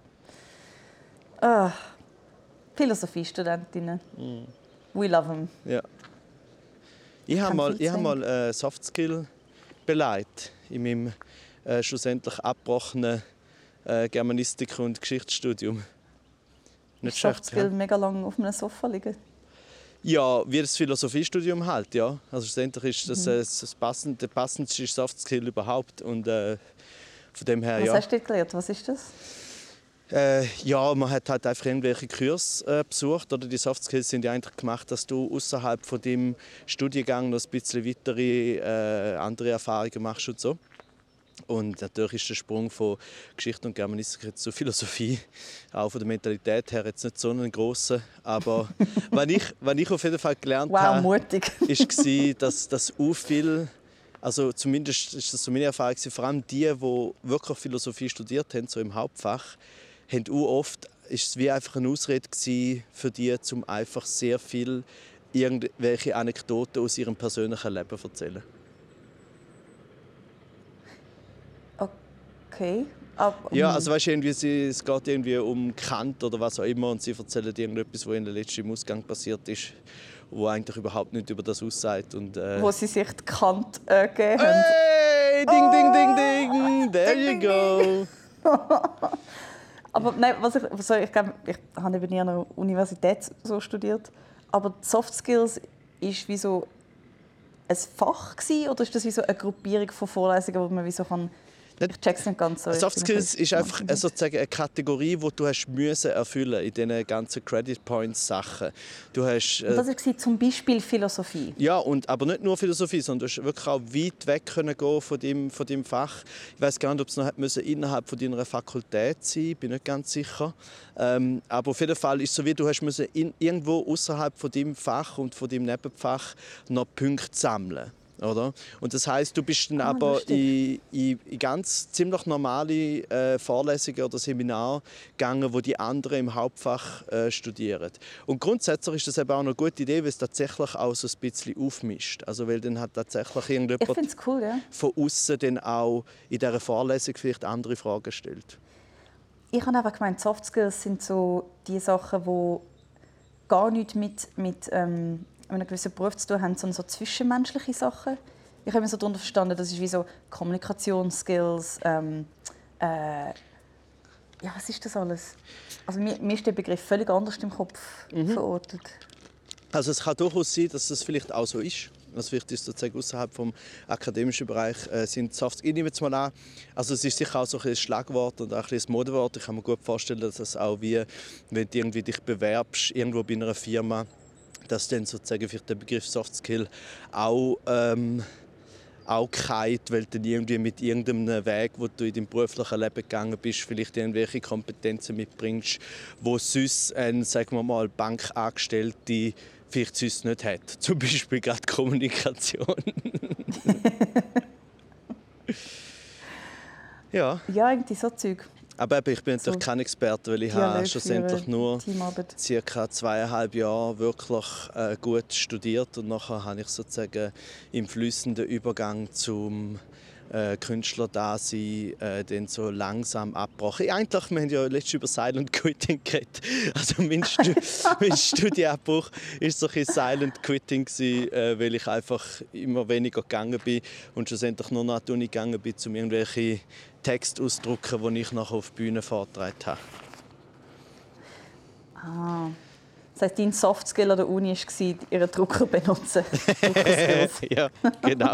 weiß. Philosophiestudentinnen. We love them. Ja. Ich habe mal Soft Skill beleidigt in meinem schlussendlich abgebrochenen Germanistik- und Geschichtsstudium. Nicht Soft Skill mega lange auf einem Sofa liegen? Ja, wie das Philosophiestudium halt, ja. Also schlussendlich ist das der passendste Soft Skill überhaupt und von dem her, Was hast du gelernt? Was ist das? Ja, man hat halt einfach irgendwelche Kurse besucht. Oder die Soft Skills sind ja eigentlich gemacht, dass du außerhalb von dem Studiengang noch ein bisschen weitere andere Erfahrungen machst und so. Und natürlich ist der Sprung von Geschichte und Germanistik zu Philosophie auch von der Mentalität her jetzt nicht so ein grosser. Aber was ich auf jeden Fall gelernt habe, war, dass viel, also zumindest ist das so meine Erfahrung, vor allem die wirklich Philosophie studiert haben, so im Hauptfach, haben oft ist es wie einfach eine Ausrede für die, um einfach sehr viel irgendwelche Anekdoten aus ihrem persönlichen Leben zu erzählen. Okay. Ja, also weißt du, es geht irgendwie um Kant oder was auch immer und sie erzählen irgendetwas, was ihnen letztens im Ausgang passiert ist, wo eigentlich überhaupt nicht über das aussagt. Wo sie sich die Kant gegeben haben. Hey, ding, ding, ding, ding, there you go. Aber nein, ich glaube, ich habe eben nie an einer Universität so studiert, aber Soft Skills ist wie so ein Fach gewesen, oder ist das wie so eine Gruppierung von Vorlesungen, wo man wie so kann... Ich check's nicht ganz so. Soft Skills ist einfach sozusagen eine Kategorie, die du erfüllen in diesen ganzen Credit Points Sachen. Und das war zum Beispiel Philosophie? Ja, aber nicht nur Philosophie, sondern du hast wirklich auch weit weg können gehen von deinem Fach. Ich weiß gar nicht, ob es noch innerhalb von deiner Fakultät sein musste, bin nicht ganz sicher. Aber auf jeden Fall ist es so, wie du hast irgendwo außerhalb von deinem Fach und von deinem Nebenfach noch Punkte sammeln. Oder? Und das heisst, du bist dann aber in ganz ziemlich normale Vorlesungen oder Seminare gegangen, wo die anderen im Hauptfach studieren. Und grundsätzlich ist das eben auch eine gute Idee, weil es tatsächlich auch so ein bisschen aufmischt. Also weil dann hat tatsächlich irgendjemand cool, ja. von außen dann auch in dieser Vorlesung vielleicht andere Fragen stellt. Ich habe einfach gemeint, Soft Skills sind so die Sachen, die gar nichts mit einem gewissen Beruf zu tun haben, sondern so zwischenmenschliche Sachen. Ich habe mir so darunter verstanden, das ist wie so Kommunikationsskills. Ja, was ist das alles? Also mir ist der Begriff völlig anders im Kopf verortet. Also es kann durchaus sein, dass das vielleicht auch so ist. Also vielleicht ist sozusagen außerhalb vom akademischen Bereich sind Soft. Ich nehme jetzt mal an, also es ist sicher auch so ein Schlagwort und auch ein Modewort. Ich kann mir gut vorstellen, dass es auch wie, wenn du irgendwie dich bewerbst irgendwo bei einer Firma, dass dann sozusagen für den Begriff Soft Skill auch auch gekeilt, weil du dann irgendwie mit irgendeinem Weg, wo du in deinem beruflichen Leben gegangen bist, vielleicht irgendwelche Kompetenzen mitbringst, wo sonst ein, sagen wir mal, Bankangestellte vielleicht sonst nicht hat. Zum Beispiel gerade Kommunikation. Ja. Ja, irgendwie so Zeug. Aber ich bin natürlich kein Experte, weil ich habe schlussendlich nur Teamarbeit. ca. 2,5 Jahre wirklich gut studiert und nachher habe ich sozusagen im fließenden Übergang zum Künstlerdasein dann so langsam abgebrochen. Eigentlich, wir haben ja letztens über Silent Quitting geredet. Also mein Studienabbruch war so ein Silent Quitting, weil ich einfach immer weniger gegangen bin und schlussendlich nur noch an die Uni gegangen bin, um irgendwelche Texte auszudrucken, die ich nachher auf die Bühne vorgetragen habe. Ah. Das heisst, dein Softskill an der Uni war, ihren Drucker benutzen. Ja, genau.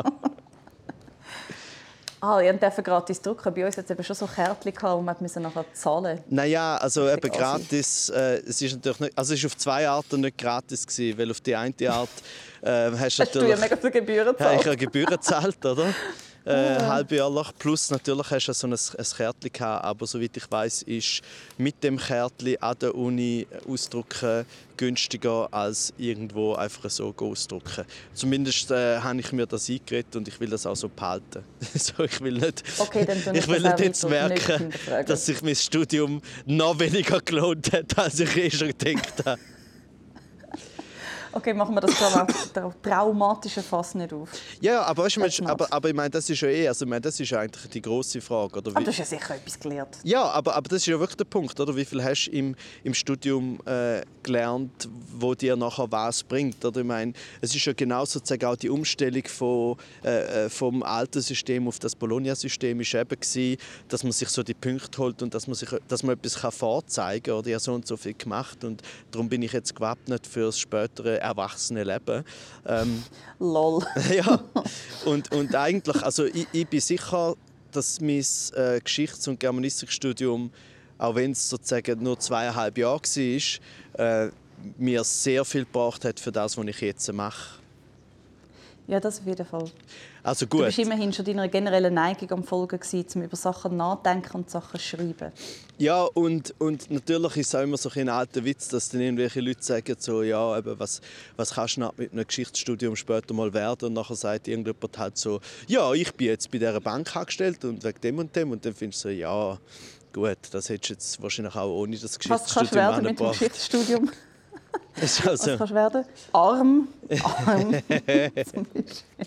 Ihr dürft gratis drucken. Bei uns hat es eben schon so Kärtchen gehabt, und man musste nachher zahlen. Naja, also eben gratis. Es ist natürlich nicht, also es ist auf zwei Arten nicht gratis gewesen, weil auf die eine Art hast du ja mega viel Gebühren gezahlt. Ja, ich habe Gebühren gezahlt, oder? Halbjährlich. Plus natürlich hast du so ein Kärtchen gehabt, aber soweit ich weiß, ist mit dem Kärtchen an der Uni ausdrucken günstiger als irgendwo einfach so ausdrucken. Zumindest habe ich mir das eingeredet und ich will das auch so behalten. So, ich will nicht, okay, dann ich will nicht jetzt merken, dass sich mein Studium noch weniger gelohnt hat, als ich schon gedacht habe. Okay, machen wir das traumatische Fass nicht auf. Ja, aber, weißt du, aber ich meine, das ist ja also, das ist ja eigentlich die grosse Frage. Oder? Aber du hast ja sicher etwas gelernt. Ja, aber das ist ja wirklich der Punkt. Oder? Wie viel hast du im Studium gelernt, wo dir nachher was bringt? Oder? Ich meine, es ist ja genau sozusagen auch die Umstellung vom alten System auf das Bologna-System ist eben gewesen, dass man sich so die Punkte holt und dass man etwas vorzeigen kann. Oder? Ich habe so und so viel gemacht und darum bin ich jetzt gewappnet für das spätere erwachsene Leben. Lol. Ja, und eigentlich, also ich bin sicher, dass mein Geschichts- und Germanistikstudium, auch wenn es sozusagen nur 2,5 Jahre war, mir sehr viel gebracht hat für das, was ich jetzt mache. Ja, das auf jeden Fall. Also gut. Du bist immerhin schon deiner generellen Neigung am Folgen gewesen, um über Sachen nachdenken und Sachen schreiben. Ja, und natürlich ist es auch immer so ein alter Witz, dass dann irgendwelche Leute sagen, so, ja, eben, was kannst du mit einem Geschichtsstudium später mal werden? Und nachher sagt irgendjemand halt so, ja, ich bin jetzt bei dieser Bank angestellt und wegen dem und dem. Und dann findest du so, ja, gut, das hättest du jetzt wahrscheinlich auch ohne das Geschichtsstudium was kannst du werden mit dem Geschichtsstudium? Also. Was kannst du werden? Arm. Zum Beispiel.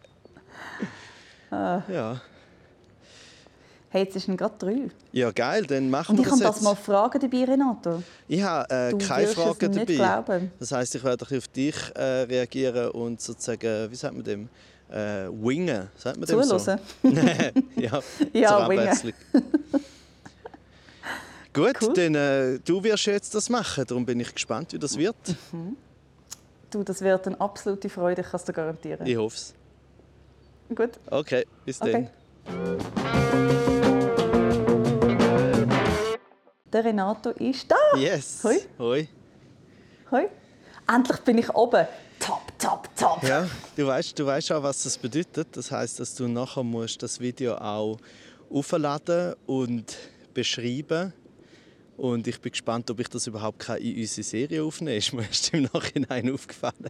Ja. Hey, jetzt ist es gerade 3. Ja, geil, dann machen wir das jetzt. Und ich kann das mal fragen dabei, Renato. Ich habe keine Fragen dabei. Nicht glauben. Das heisst, ich werde auf dich reagieren und sozusagen, wie sagt man dem, wingen. Sagt man dem zuhören. So? Ja, ja, wingen. Gut, cool. Dann du wirst jetzt das machen, darum bin ich gespannt, wie das wird. Du, das wird eine absolute Freude, ich kann es dir garantieren. Ich hoffe es. Gut. Okay, bis dann. Okay. Der Renato ist da. Yes. Hoi. Hoi. Hoi. Endlich bin ich oben. Top, top, top. Ja, du weißt auch, was das bedeutet. Das heisst, dass du nachher musst das Video auch aufladen und beschreiben. Und ich bin gespannt, ob ich das überhaupt in unsere Serie aufnehmen kann. Ist mir erst im Nachhinein aufgefallen.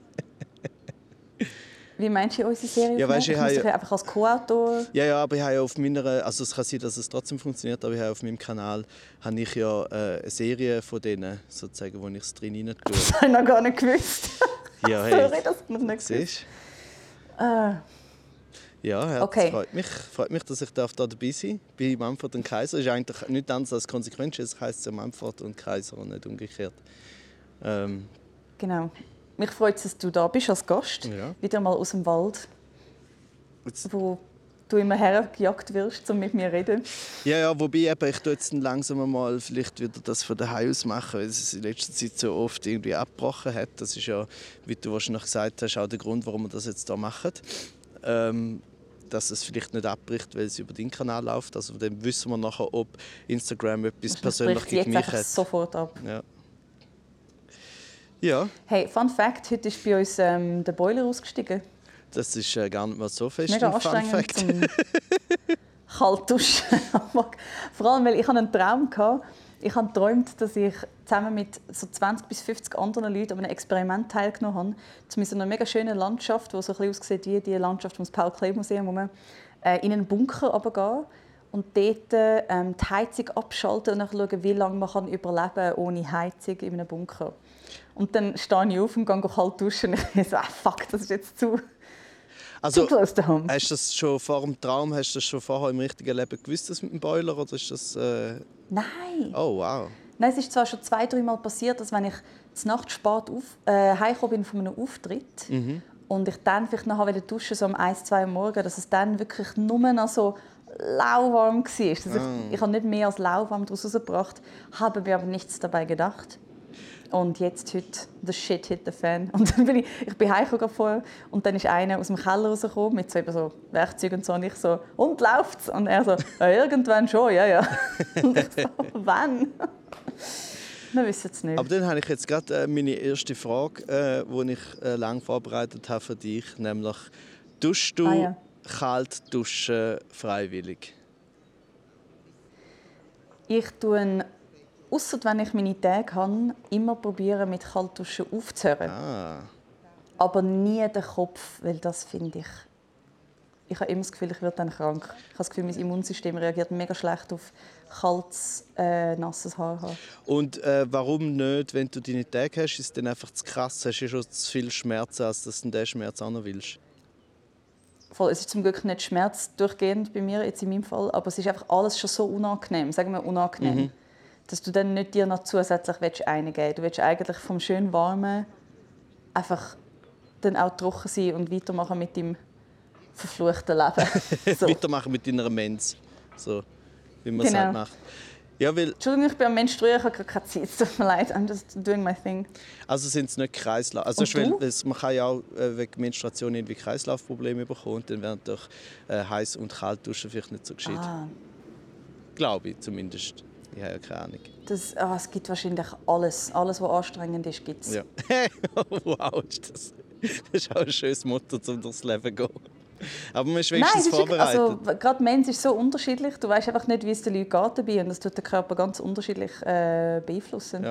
Wie meinst du unsere Serie? Ja, weißt, ich muss dich einfach als Co-Autor... Ja, aber ich habe ja auf meiner... Also es kann sein, dass es trotzdem funktioniert, aber ich habe auf meinem Kanal habe ich ja eine Serie von denen, sozusagen, wo ich es drin rein tue. Das habe ich noch gar nicht gewusst. Ja, hey. Sorry, das habe ich nicht gewusst. Ja, okay. freut mich, dass ich da dabei sein darf. Bei Manfred und Kaiser ist eigentlich nichts anderes als Konsequenz. Es heisst ja Manfred und Kaiser und nicht umgekehrt. Genau. Mich freut es, dass du da bist als Gast. Ja. Wieder mal aus dem Wald, wo du immer hergejagt wirst, um mit mir zu reden. Ja, wobei ich tue jetzt langsam mal vielleicht wieder das von daheim aus machen, weil es in letzter Zeit so oft irgendwie abgebrochen hat. Das ist ja, wie du wahrscheinlich gesagt hast, auch der Grund, warum wir das jetzt hier machen. Dass es vielleicht nicht abbricht, weil es über deinen Kanal läuft. Also dann wissen wir nachher, ob Instagram etwas persönlich gegen mich hat. Sofort ab. Ja. Ja. Hey, Fun Fact, heute ist bei uns der Boiler ausgestiegen. Das ist gar nicht mal so fest Mega ein Fun anstrengend Fact. zum kalt duschen. Vor allem, weil ich einen Traum hatte. Ich habe geträumt, dass ich zusammen mit so 20 bis 50 anderen Leuten an einem Experiment teilgenommen habe. In so einer mega schönen Landschaft, die so ein bisschen aussieht wie die Landschaft vom Paul-Klee-Museum, wo man in einen Bunker runtergehen und dort die Heizung abschalten und dann schauen, wie lange man überleben kann ohne Heizung in einem Bunker. Und dann stehe ich auf und gehe kalt duschen. Und ich bin so, fuck, das ist jetzt zu close to home. Hast du das schon vor dem Traum, hast du das schon vorher im richtigen Leben gewusst, das mit dem Boiler, oder ist das... Nein. Oh, wow. Nein, es ist zwar schon 2-3 Mal passiert, dass wenn ich zur Nacht spät heimgekommen bin von einem Auftritt und ich dann vielleicht noch duschen so um 1-2 Uhr morgens, dass es dann wirklich nur noch so lauwarm war. Ich habe nicht mehr als lauwarm daraus rausgebracht, habe mir aber nichts dabei gedacht. Und jetzt heute, the shit hit the fan. Und dann bin ich bin heimgekommen vorher und dann ist einer aus dem Keller rausgekommen mit so Werkzeugen und so. Und ich so, und läuft's? Und er so, ja, irgendwann schon, ja. Und ich so, wann? Wir wissen es nicht. Aber dann habe ich jetzt gerade meine erste Frage, die ich lange vorbereitet habe für dich, nämlich, duschst du kalt duschen freiwillig? Ich tue, ausser wenn ich meine Tage habe, immer probieren, mit Kaltduschen aufzuhören. Aber nie den Kopf, weil das finde ich... Ich habe immer das Gefühl, ich werde dann krank. Ich habe das Gefühl, mein Immunsystem reagiert mega schlecht auf kaltes, nasses Haar. Und warum nicht, wenn du deine Tage hast, ist es dann einfach zu krass? Hast du schon zu viel Schmerzen, als dass du diesen Schmerz auch noch willst? Voll, es ist zum Glück nicht Schmerz durchgehend bei mir, jetzt in meinem Fall, aber es ist einfach alles schon so unangenehm, sagen wir unangenehm, dass du dann nicht dir noch zusätzlich reingeben willst. Du willst eigentlich vom schön Warmen einfach dann auch trocken sein und weitermachen mit deinem verfluchten Leben. So. Weitermachen mit deiner Mens, so wie man es halt macht. Ja, weil, Entschuldigung, ich bin am Menstruieren, ich habe keine Zeit, es tut mir leid, I'm just doing my thing. also sind es nicht Kreislauf. Also man kann ja auch wegen Menstruation irgendwie Kreislaufprobleme bekommen und dann werden durch heiß und kalt duschen vielleicht nicht so gescheit. Glaube ich zumindest. Ich habe ja keine Ahnung. Es gibt wahrscheinlich alles. Alles, was anstrengend ist, gibt es. Ja. Wow, das ist auch ein schönes Motto, um durchs Leben zu gehen. Aber man ist wenigstens vorbereitet. Also, gerade Mensch ist so unterschiedlich. Du weißt einfach nicht, wie es den Leuten geht dabei. Und das tut den Körper ganz unterschiedlich beeinflussen.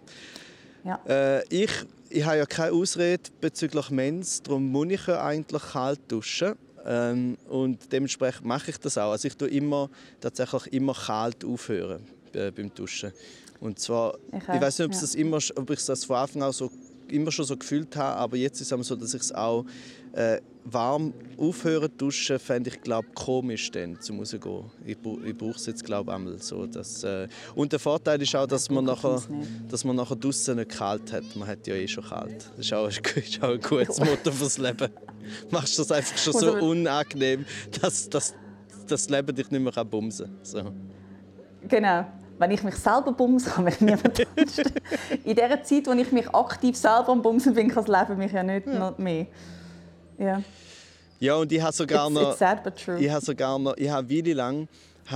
Ja. Ich habe ja keine Ausrede bezüglich Mens, darum muss ich ja eigentlich kalt duschen. Und dementsprechend mache ich das auch. Also ich tue tatsächlich immer kalt aufhören beim Duschen. Und zwar, ich weiß nicht, ob ich das von Anfang an immer schon so gefühlt habe, aber jetzt ist es so, dass ich es auch warm aufhören zu duschen, fände ich komisch dann zum rausgehen. Ich brauche es jetzt einmal so. Und der Vorteil ist auch, dass man nachher draussen nicht kalt hat. Man hat ja schon kalt. Das ist auch ein gutes Motto fürs Leben. Machst du das einfach schon so unangenehm, dass das Leben dich nicht mehr bumsen kann. So. Genau. Wenn ich mich selber bumse, kann mich niemand sonst. In der Zeit, wo ich mich aktiv selber am Bumsen bin, kann das Leben mich ja nicht noch mehr. Ja. Ja, und ich habe sogar noch... It's sad, but true. Ich habe eine Weile lang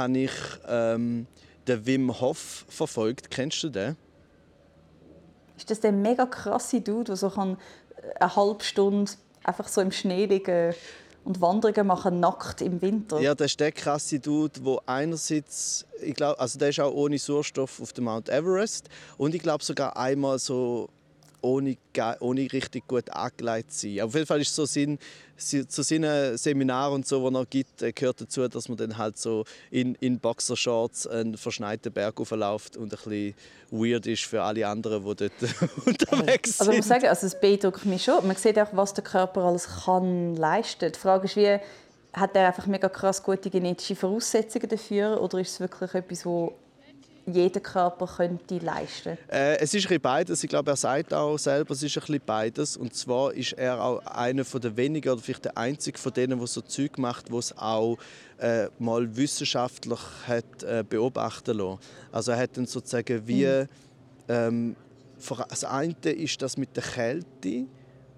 den Wim Hof verfolgt. Kennst du den? Ist das der mega krasse Dude, der so eine halbe Stunde einfach so im Schnee liegen und Wanderungen machen, nackt im Winter? Ja, das ist der krasse Dude, der einerseits, ich glaube, also der ist auch ohne Sauerstoff auf dem Mount Everest und ich glaube sogar einmal so ohne richtig gut angelegt zu sein. Auf jeden Fall ist so zu seinen Seminaren und so, die er gibt, gehört dazu, dass man dann halt so in Boxershorts einen verschneiten Berg raufläuft und ein bisschen weird ist für alle anderen, die dort unterwegs sind. Also ich muss sagen, es beeindruckt mich schon. Man sieht auch, was der Körper alles kann leisten. Die Frage ist, hat er einfach mega krass gute genetische Voraussetzungen dafür oder ist es wirklich etwas, wo jeder Körper könnte leisten? Es ist ein bisschen beides. Ich glaube, er sagt auch selber, es ist ein bisschen beides. Und zwar ist er auch einer der wenigen oder vielleicht der einzige von denen, der so Zeug macht, wo es auch mal wissenschaftlich hat beobachten lassen. Also er hat dann sozusagen wie das eine ist das mit der Kälte.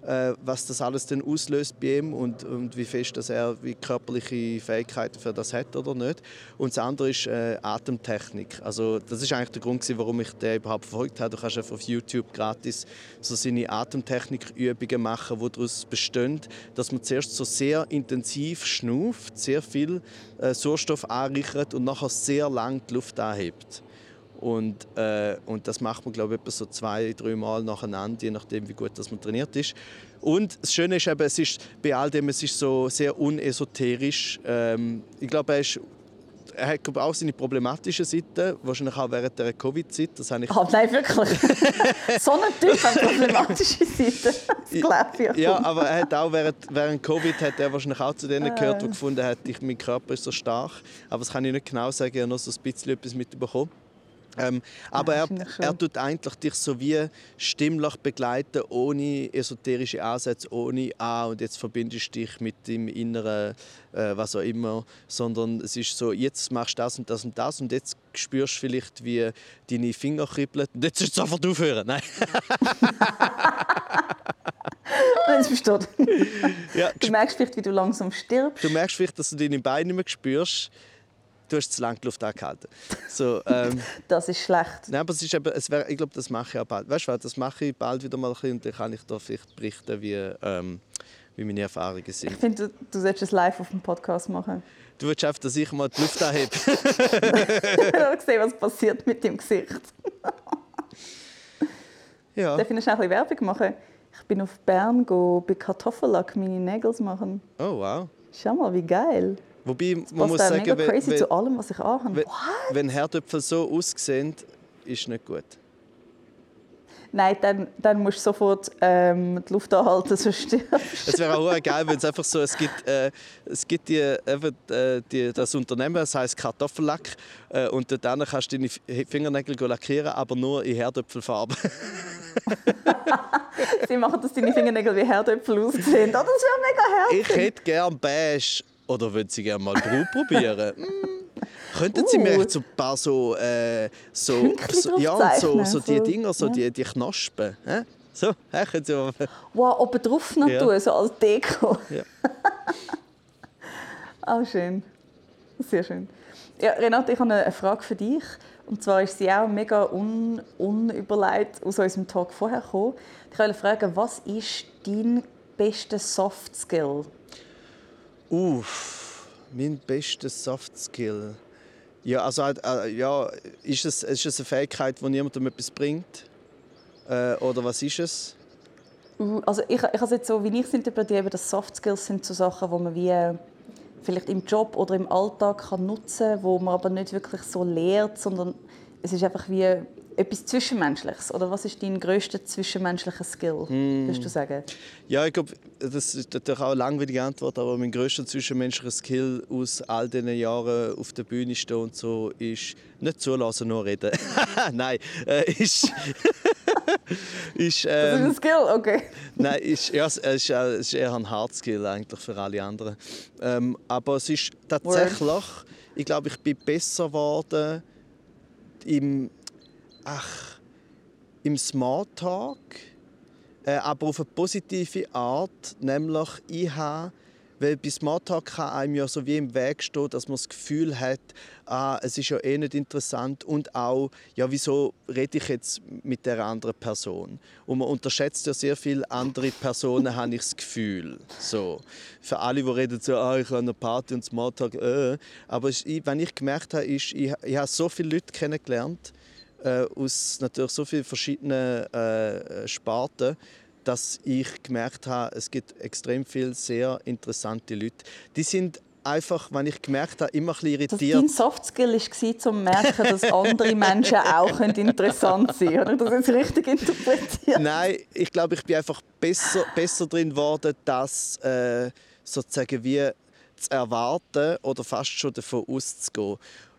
was das alles denn auslöst bei ihm und wie fest dass er wie körperliche Fähigkeiten für das hat oder nicht. Und das andere ist Atemtechnik. Also das ist eigentlich der Grund, warum ich den überhaupt verfolgt habe. Du kannst einfach auf YouTube gratis so seine Atemtechnikübungen machen, die daraus bestehen, dass man zuerst so sehr intensiv schnauft, sehr viel Sauerstoff anreichert und nachher sehr lang die Luft anhebt. Und das macht man, glaube ich, etwa so 2-3 Mal nacheinander, je nachdem, wie gut das man trainiert ist. Und das Schöne ist eben, es ist bei all dem, es ist so sehr unesoterisch. Ich glaube, er hat auch seine problematischen Seiten, wahrscheinlich auch während der Covid-Zeit. Nein, wirklich? So ein Typ hat problematische Seiten, das glaube ich. Ja, aber er hat auch während Covid hat er wahrscheinlich auch zu denen gehört, die gefunden haben, mein Körper ist so stark. Aber das kann ich nicht genau sagen, ich habe noch so ein bisschen etwas mitbekommen. Aber er tut eigentlich dich so wie stimmlich begleiten, ohne esoterische Ansätze, ohne und jetzt verbindest du dich mit dem inneren, was auch immer, sondern es ist so, jetzt machst du das und das und das und jetzt spürst du vielleicht, wie deine Finger kribbeln und jetzt sollst du sofort aufhören. Nein. Das versteht. Ja, du merkst vielleicht, wie du langsam stirbst. Du merkst vielleicht, dass du deine Beine nicht mehr spürst. Du hast zu lange die Luft angehalten. So, das ist schlecht. Nein, aber es ist eben, ich glaube, das mache ich auch bald. Weißt du was, das mache ich bald wieder mal ein bisschen und dann kann ich da vielleicht berichten, wie meine Erfahrungen sind. Ich finde, du solltest es live auf dem Podcast machen. Du willst einfach, dass ich mal die Luft anhebe. Ich habe gesehen, was passiert mit deinem Gesicht. Ja. Darf ich noch schnell ein bisschen Werbung machen? Ich bin auf Bern bei Kartoffellack meine Nägel machen. Oh, wow. Schau mal, wie geil. Wobei, man muss sagen, mega crazy zu allem, was ich anhabe. Wenn Herdöpfel so aussehen, ist es nicht gut. Nein, dann musst du sofort die Luft anhalten, sonst stirbst du. Es wäre auch geil, wenn es einfach so, es gibt das Unternehmen, das heisst Kartoffellack, und dort kannst du deine Fingernägel lackieren, aber nur in Herdöpfelfarbe. Sie machen, dass deine Fingernägel wie Herdöpfel aussehen. Oh, das wäre mega herzig. Ich hätte gerne beige. Oder würden Sie gerne mal braun probieren? Könnten Sie mir so ein paar so die Dinger, so die Knospen, so, können Sie mal. Wow, oben drauf noch tun, so als Deko. Ja. Schön. Sehr schön. Ja, Renate, ich habe eine Frage für dich. Und zwar ist sie auch mega unüberlegt aus unserem Talk vorher gekommen. Ich wollte fragen, was ist dein bester Soft Skill? Mein bester Soft Skill. Ja, also ist es eine Fähigkeit, die niemandem etwas bringt? Oder was ist es? Also ich habe es jetzt so, wie ich es interpretiere, dass Soft Skills sind so Sachen, die man wie vielleicht im Job oder im Alltag nutzen kann, wo man aber nicht wirklich so lehrt, sondern es ist einfach wie etwas Zwischenmenschliches. Oder was ist dein grösster zwischenmenschlicher Skill, würdest du sagen? Ja, ich glaube, das ist natürlich auch eine langweilige Antwort, aber mein grösster zwischenmenschlicher Skill aus all diesen Jahren auf der Bühne stehen und so ist nicht zulassen, nur reden. Nein, ist das ist ein Skill, okay. Nein, es ist eher ein Hard Skill eigentlich für alle anderen. Aber es ist tatsächlich, ich glaube, ich bin besser geworden im Smalltalk, aber auf eine positive Art, nämlich weil bei Smalltalk kann einem ja so wie im Weg stehen, dass man das Gefühl hat, es ist ja eh nicht interessant und auch, ja, wieso rede ich jetzt mit der anderen Person? Und man unterschätzt ja sehr viele andere Personen, habe ich das Gefühl. So. Für alle, die reden so, ich habe eine Party und Smalltalk, aber was ich gemerkt habe, ist, ich habe so viele Leute kennengelernt, aus natürlich so vielen verschiedenen Sparten, dass ich gemerkt habe, es gibt extrem viele sehr interessante Leute. Die sind einfach, wenn ich gemerkt habe, immer ein bisschen irritiert. Dein Softskill war, um zu merken, dass andere Menschen auch interessant sein können. Oder? Das ist richtig interpretiert. Nein, ich glaube, ich bin einfach besser drin geworden, das sozusagen wie zu erwarten oder fast schon davon auszugehen.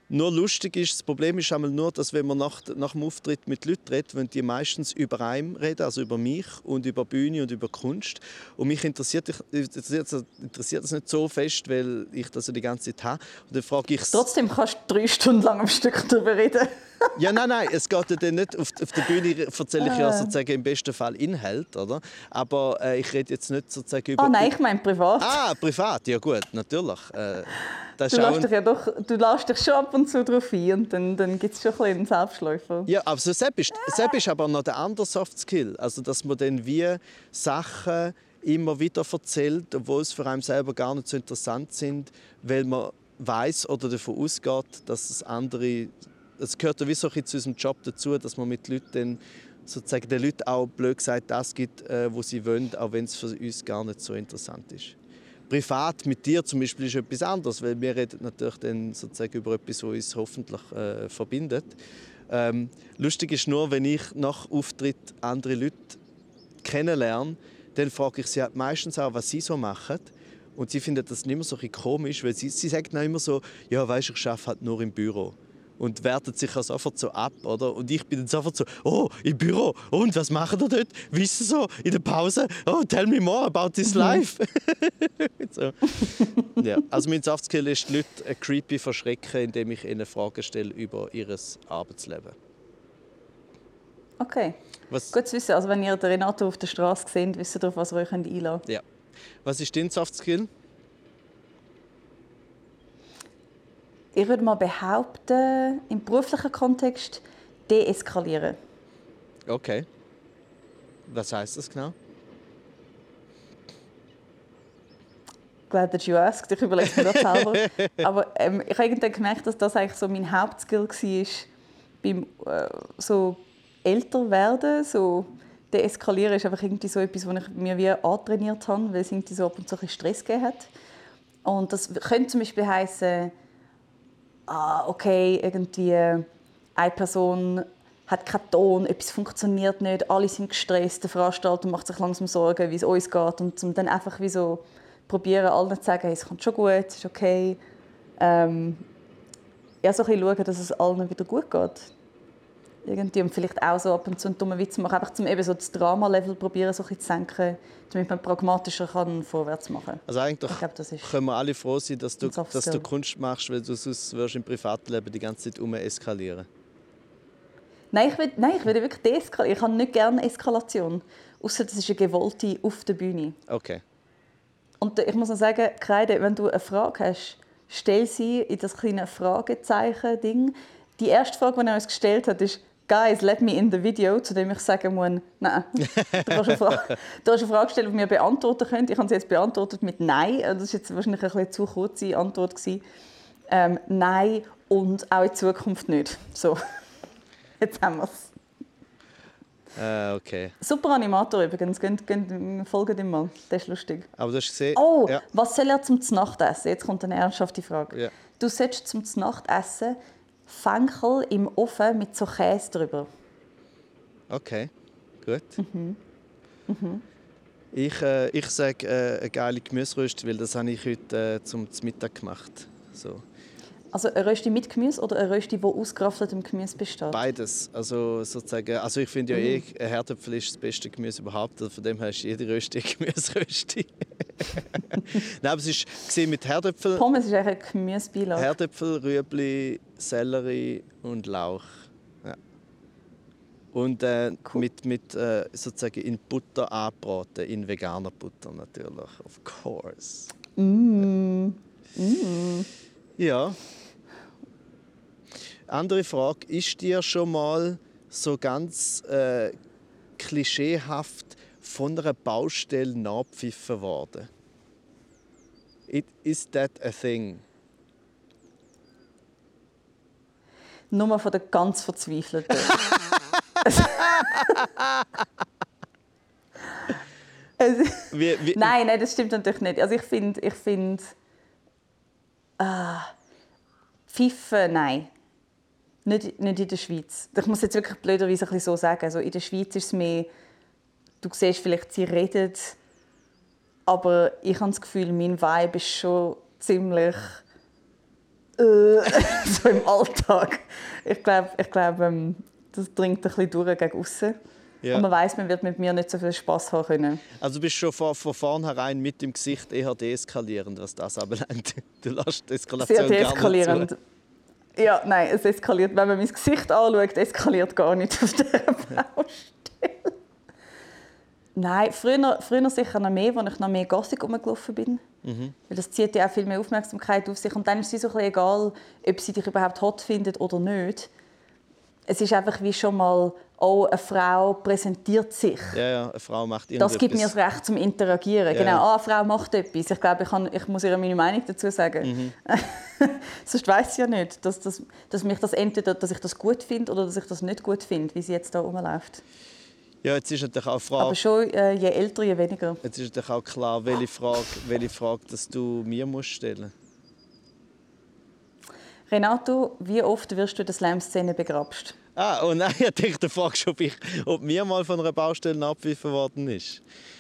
Nur lustig ist, das Problem ist einmal nur, dass wenn man nach dem Auftritt mit Leuten redet, wenn die meistens über einen reden, also über mich und über Bühne und über Kunst. Und mich interessiert das nicht so fest, weil ich das ja die ganze Zeit habe. Und dann frage ich Trotzdem kannst du 3 Stunden lang am Stück darüber reden. ja, nein, es geht ja dann nicht. Auf der Bühne erzähle ich ja sozusagen im besten Fall Inhalt, oder? Aber ich rede jetzt nicht sozusagen über... Nein, ich meine privat. Privat, ja gut, natürlich. Das Du ist auch lässt dich schon ab und zu darauf ein und dann gibt es schon ein bisschen einen Selbstläufer. ja, aber so Sepp ist aber noch der andere Soft Skill. Also, dass man dann wie Sachen immer wieder erzählt, obwohl es für einen selber gar nicht so interessant sind, weil man weiß oder davon ausgeht, dass es andere... Es gehört ja wie so ein bisschen zu unserem Job dazu, dass man mit Leuten dann, sozusagen den Leuten auch blöd gesagt das gibt, was sie wollen, auch wenn es für uns gar nicht so interessant ist. Privat mit dir zum Beispiel ist etwas anderes, weil wir reden natürlich dann sozusagen über etwas, was uns hoffentlich verbindet. Lustig ist nur, wenn ich nach Auftritt andere Leute kennenlerne, dann frage ich sie halt meistens auch, was sie so machen. Und sie finden das nicht mehr so ein bisschen komisch, weil sie sagen dann immer so, ja, weisst, ich arbeite halt nur im Büro. Und wertet sich auch sofort so ab, oder? Und ich bin dann sofort so, oh, im Büro, und was machen ihr dort? Wisst ihr so, in der Pause, oh, tell me more about this life. So. Ja. Also mein Soft Skill ist, die Leute creepy verschrecken, indem ich ihnen Fragen stelle über ihr Arbeitsleben. Okay, Was, gut zu wissen. Also wenn ihr den Renato auf der Straße seht, wisst ihr, auf was ihr euch einlassen könnt. ja. Was ist dein Soft Skill? Ich würde mal behaupten, im beruflichen Kontext deeskalieren. Okay. Was heisst das genau? Glad that you asked. Ich überlege mir das selber. Aber ich habe irgendwann gemerkt, dass das eigentlich so mein Hauptskill war beim so älter werden. So deeskalieren ist einfach irgendwie so etwas, was ich mir wie antrainiert habe, weil es irgendwie so ab und zu ein bisschen Stress gegeben hat. Und das könnte zum Beispiel heissen, okay, irgendwie eine Person hat keinen Ton, etwas funktioniert nicht, alle sind gestresst, der Veranstalter macht sich langsam Sorgen, wie es uns geht. Und um dann einfach wie so probieren, allen zu sagen, hey, es kommt schon gut, es ist okay. Ja, so ein bisschen schauen, dass es allen wieder gut geht. Irgendwie. Und vielleicht auch so ab und zu einen dummen Witz machen, einfach um eben so das Drama-Level probieren, so ein bisschen zu senken, damit man pragmatischer vorwärts machen kann. Also eigentlich ich glaube, das ist können wir alle froh sein, dass du Kunst machst, weil du sonst wirst im Privatleben die ganze Zeit eskalieren. Nein, ich will wirklich deeskalieren. Ich habe nicht gerne Eskalation. Ausser das ist eine gewollte auf der Bühne. Okay. Und ich muss noch sagen, Kreide, wenn du eine Frage hast, stell sie in das kleine Fragezeichen-Ding. Die erste Frage, die er uns gestellt hat, ist «Guys, let me in the video», zu dem ich sagen muss, nein. Du hast eine Frage gestellt, die wir beantworten können. Ich habe sie jetzt beantwortet mit «Nein». Das war jetzt wahrscheinlich eine etwas zu kurze Antwort. «Nein» und auch in Zukunft nicht. So, jetzt haben wir es. Okay. Super Animator übrigens, folgt ihm mal, das ist lustig. Aber du hast gesehen... Oh, ja. Was soll er zum Znacht essen? Jetzt kommt eine ernsthafte Frage. Ja. Du solltest zum Znacht essen Fenchel im Ofen mit so Käse drüber. Okay, gut. Ich sage eine geile Gemüseröste, weil das habe ich heute zum Mittag gemacht. So. Also eine Rösti mit Gemüse oder eine Rösti, die ausgeraffeltem Gemüse besteht? Beides. Also, sozusagen, also ich finde ja ein Herdöpfel ist das beste Gemüse überhaupt. Von dem her ist jede Rösti eine Gemüserösti. Nein, aber es war mit Herdöpfel. Pommes ist eigentlich ein Gemüsebeilage. Herdöpfel, Rüebli, Sellerie und Lauch. Ja. Und Cool. mit sozusagen in Butter angebraten, in veganer Butter natürlich, of course. Ja. Andere Frage, ist dir schon mal so ganz klischeehaft von einer Baustelle nachgepfiffen worden? Is that a thing? Nur mal von den ganz Verzweifelten. Nein, das stimmt natürlich nicht. Also ich finde Pfiffen, nein. Nicht in der Schweiz. Ich muss jetzt wirklich blöderweise ein bisschen so sagen. Also in der Schweiz ist es mehr, du siehst vielleicht, sie reden, aber ich habe das Gefühl, mein Vibe ist schon ziemlich so im Alltag. Ich glaube, das dringt ein bisschen durch gegen aussen. Ja. Und man weiss, man wird mit mir nicht so viel Spass haben können. Also du bist schon von vornherein mit dem Gesicht eher deeskalierend, was das anbelangt. Du lässt die Eskalation Sehr deeskalierend. gar nicht zu. Ja, nein, es eskaliert. Wenn man mein Gesicht anschaut, eskaliert gar nicht auf dieser Baustelle. Nein, früher sicher noch mehr, als ich noch mehr Gassig rumgelaufen bin. Weil das zieht ja auch viel mehr Aufmerksamkeit auf sich. Und dann ist es so ein bisschen egal, ob sie dich überhaupt hot findet oder nicht. Es ist einfach wie schon mal, eine Frau präsentiert sich. Ja, eine Frau macht irgendetwas. Das gibt mir das Recht zum Interagieren. Ja. Genau, eine Frau macht etwas. Ich glaube, ich muss ihr meine Meinung dazu sagen. Sonst weiss sie ja nicht, dass mich das entweder, dass ich das gut finde oder dass ich das nicht gut finde, wie sie jetzt hier rumläuft. Ja, jetzt ist natürlich auch eine Frage. Aber schon je älter, je weniger. Jetzt ist natürlich auch klar, welche Frage dass du mir musst stellen. Renato, wie oft wirst du in der Slam-Szene begrapscht? Oh nein, ich dachte, du fragst, ob mir mal von einer Baustelle abgewiesen worden ist.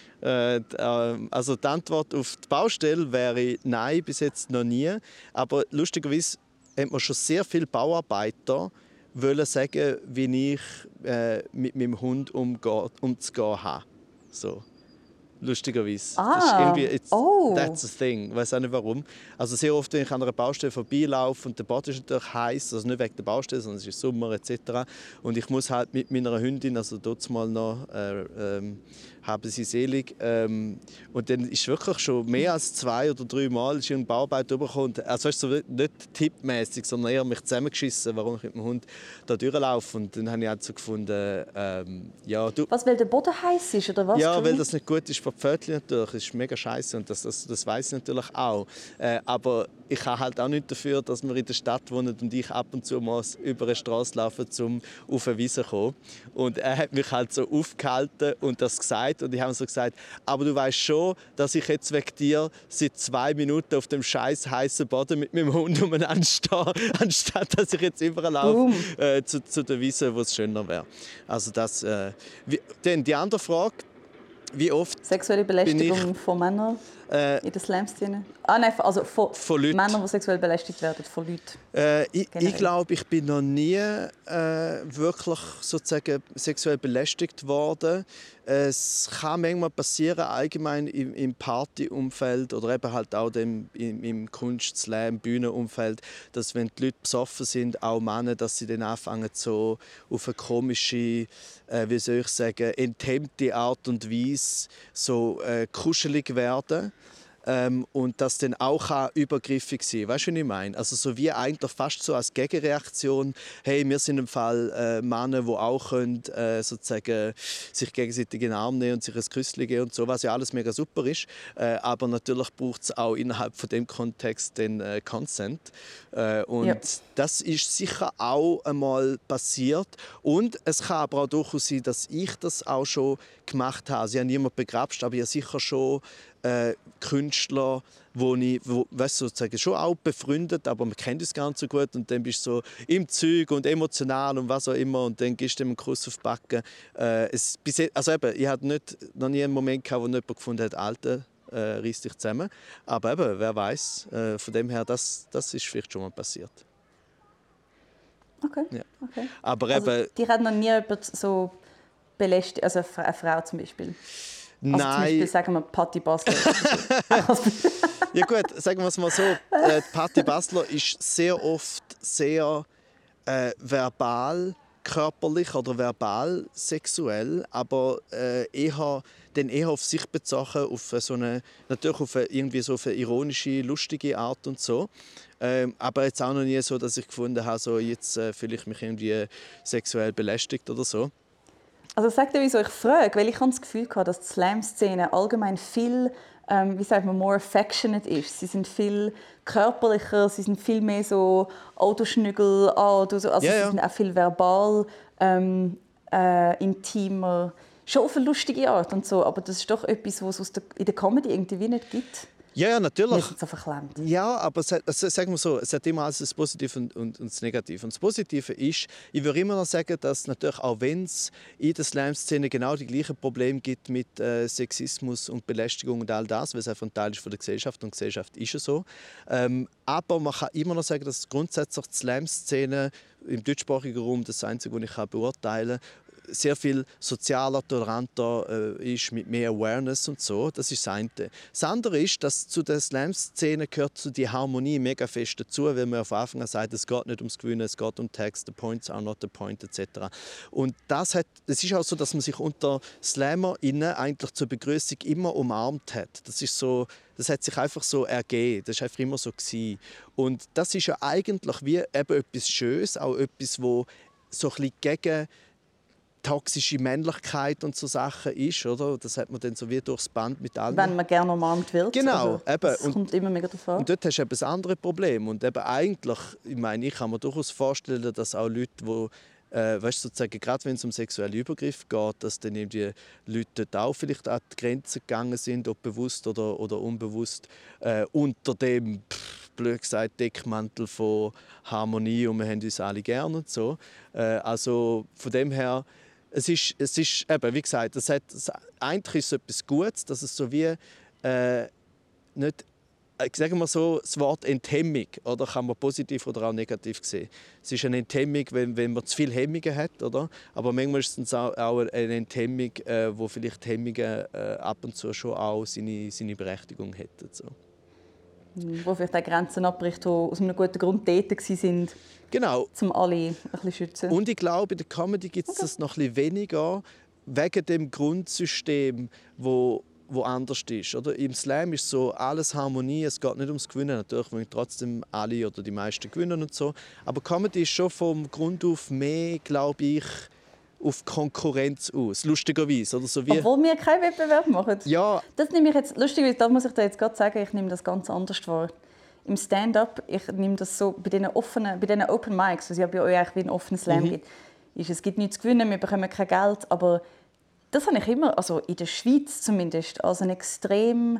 Also die Antwort auf die Baustelle wäre nein, bis jetzt noch nie. Aber lustigerweise hat man schon sehr viele Bauarbeiter wollen sagen, wie ich mit meinem Hund umzugehen habe. So. Lustigerweise. Das ist irgendwie, that's a thing. Ich weiß auch nicht warum. Also sehr oft, wenn ich an einer Baustelle vorbeilaufe und der Boden ist natürlich heiß, also nicht wegen der Baustelle, sondern es ist Sommer etc. Und ich muss halt mit meiner Hündin, also dort mal noch, haben sie selig. Und dann ist wirklich schon mehr als 2 oder 3 Mal eine Bauarbeit rübergekommen. Also ist so nicht tippmäßig, sondern eher mich zusammengeschissen, warum ich mit dem Hund da durchlaufe. Und dann habe ich halt so gefunden, ja, du... Was, weil der Boden heiß ist, oder was? Ja, weil das nicht gut ist für die Pfötchen natürlich. Das ist mega scheiße und das weiss ich natürlich auch. Aber ich habe halt auch nicht dafür, dass wir in der Stadt wohnen und ich ab und zu mal über eine Straße laufe, um auf eine Wiese zu kommen. Und er hat mich halt so aufgehalten und das gesagt. Und ich habe ihm so gesagt, aber du weißt schon, dass ich jetzt wegen dir seit 2 Minuten auf dem scheiß heißen Boden mit meinem Hund umeinander stehe, anstatt dass ich jetzt überlaufe zu der Wiese, wo es schöner wäre. Also das. Dann die andere Frage. Wie oft sexuelle Belästigung von Männern in der Slam-Szene? Nein, also von Männern, die sexuell belästigt werden, von Leuten. Ich glaube, ich bin noch nie wirklich sozusagen sexuell belästigt worden. Es kann manchmal passieren, allgemein im Partyumfeld oder eben halt auch im Kunst-, Slam-, Bühnenumfeld, dass wenn die Leute besoffen sind, auch Männer, dass sie dann anfangen so auf eine komische, wie soll ich sagen, enthemmte Art und Weise so kuschelig werden. Und das dann auch übergriffig sein kann. Weißt du, was ich meine? Also so wie eigentlich fast so als Gegenreaktion, hey, wir sind im Fall Männer, die auch können, sozusagen sich gegenseitig in den Arm nehmen und sich ein Küsschen geben und so, was ja alles mega super ist. Aber natürlich braucht es auch innerhalb von dem Kontext den Consent. Und das ist sicher auch einmal passiert. Und es kann aber auch durchaus sein, dass ich das auch schon gemacht habe. Sie haben niemanden begrapscht, aber ich habe sicher schon Künstler, wo weißt, sozusagen schon auch befreundet, aber man kennt uns gar nicht so gut und dann bist du so im Zeug und emotional und was auch immer und dann gibst du ihm einen Kuss auf die Backe. Also eben, ich hatte noch nie einen Moment gehabt, wo jemand gefunden hat, Alter, reiss dich zusammen. Aber eben, wer weiß, von dem her, das ist vielleicht schon mal passiert. Okay. Ja. Okay. Aber also, eben, die hat noch nie jemand so belästigt, also eine Frau zum Beispiel? Also nein. Zum Beispiel sagen wir Patti Basler. Ja gut, sagen wir es mal so. Patti Basler ist sehr oft sehr verbal, körperlich oder verbal sexuell, aber eher auf sich bezogen, auf natürlich auf irgendwie so auf eine ironische, lustige Art und so. Aber jetzt auch noch nie so, dass ich gefunden habe, so jetzt fühle ich mich irgendwie sexuell belästigt oder so. Also sag dir, wieso ich frage, weil ich habe das Gefühl hatte, dass die Slam-Szene allgemein viel, wie sagt man, more affectionate ist. Sie sind viel körperlicher, sie sind viel mehr so Autoschnüggel, also sie sind auch viel verbal, intimer, schon auf eine lustige Art und so. Aber das ist doch etwas, was es in der Comedy irgendwie nicht gibt. Ja, natürlich. Wir sind so verklemmt. Ja, aber sagen wir so, es hat immer alles das Positive und das Negative. Und das Positive ist, ich würde immer noch sagen, dass natürlich, auch wenn es in der Slam-Szene genau die gleichen Probleme gibt mit Sexismus und Belästigung und all das, weil es einfach ein Teil ist von der Gesellschaft und die Gesellschaft ist ja so. Aber man kann immer noch sagen, dass grundsätzlich die Slam-Szene im deutschsprachigen Raum, das Einzige, was ich beurteilen kann, sehr viel sozialer, toleranter ist, mit mehr Awareness und so. Das ist das eine. Das andere ist, dass zu der Slam-Szene gehört zu die Harmonie mega fest dazu, weil man von Anfang an sagt, es geht nicht ums Gewinnen, es geht um Text, the points are not the point, etc. Und es ist auch so, dass man sich unter SlammerInnen eigentlich zur Begrüßung immer umarmt hat. Das hat sich einfach so ergeben. Das war einfach immer so gewesen. Und das ist ja eigentlich wie eben etwas Schönes, auch etwas, wo so ein bisschen gegen toxische Männlichkeit und so Sachen ist, oder? Das hat man dann so wie durchs Band mit allen. Wenn man gerne umarmt wird. Genau, also, das kommt immer mega davon. Und dort hast du eben das andere Problem. Und eben eigentlich, ich kann mir durchaus vorstellen, dass auch Leute, die sozusagen, gerade wenn es um sexuelle Übergriffe geht, dass dann irgendwie Leute dort auch vielleicht an die Grenzen gegangen sind, ob bewusst oder unbewusst, unter dem, blöd gesagt, Deckmantel von Harmonie und wir haben uns alle gern und so. Also von dem her, es ist eben, wie gesagt, eigentlich ist es etwas Gutes, dass es so wie nicht, sagen wir so, das Wort Enthemmung, oder, kann man positiv oder auch negativ sehen. Es ist eine Enthemmung, wenn man zu viele Hemmungen hat, oder? Aber manchmal ist es auch eine Enthemmung, wo vielleicht Hemmungen ab und zu schon auch seine Berechtigung hätten. So. Wo vielleicht auch Grenzen abbricht, die aus einem guten Grund tätig waren. Genau. Um alle ein bisschen zu schützen. Und ich glaube, in der Comedy gibt es das noch ein bisschen weniger, wegen dem Grundsystem, wo anders ist. Oder? Im Slam ist so alles Harmonie, es geht nicht ums Gewinnen. Natürlich wollen trotzdem alle oder die meisten gewinnen und so. Aber Comedy ist schon vom Grund auf mehr, glaube ich, auf Konkurrenz aus, lustigerweise. Oder so wie obwohl wir keinen Wettbewerb machen. Ja. Das nehme ich jetzt, lustigerweise, da muss ich dir jetzt gerade sagen, ich nehme das ganz anders wahr. Im Stand-up, ich nehme das so, bei diesen Open Mics, was ja bei euch eigentlich wie ein offenes Slam gibt, es gibt nichts zu gewinnen, wir bekommen kein Geld, aber das habe ich immer, also in der Schweiz zumindest, als eine extrem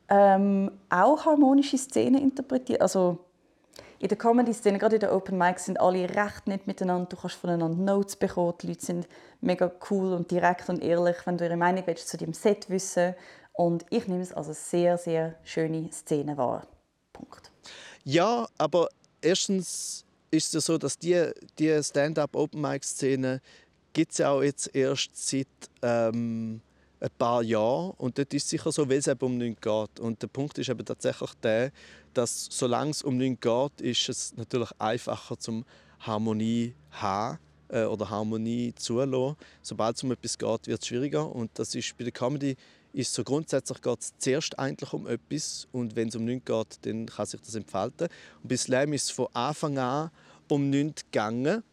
auch harmonische Szene interpretiert. Also in der Comedy-Szene, gerade in den Open Mics, sind alle recht nett miteinander. Du kannst voneinander Notes bekommen. Die Leute sind mega cool und direkt und ehrlich, wenn du ihre Meinung willst, zu deinem Set wissen. Und ich nehme es als eine sehr, sehr schöne Szene wahr. Punkt. Ja, aber erstens ist es ja so, dass die Stand-up-Open-Mic-Szene gibt es ja auch jetzt erst seit ein paar Jahren. Und dort ist es sicher so, weil es eben um nichts geht. Und der Punkt ist eben tatsächlich der, dass solange es um nichts geht, ist es natürlich einfacher, zum Harmonie haben oder Harmonie zulassen. Sobald es um etwas geht, wird es schwieriger. Und das ist bei der Comedy ist so grundsätzlich geht es zuerst eigentlich um etwas. Und wenn es um nichts geht, dann kann sich das entfalten. Und bei Slam ist es von Anfang an um nichts gegangen.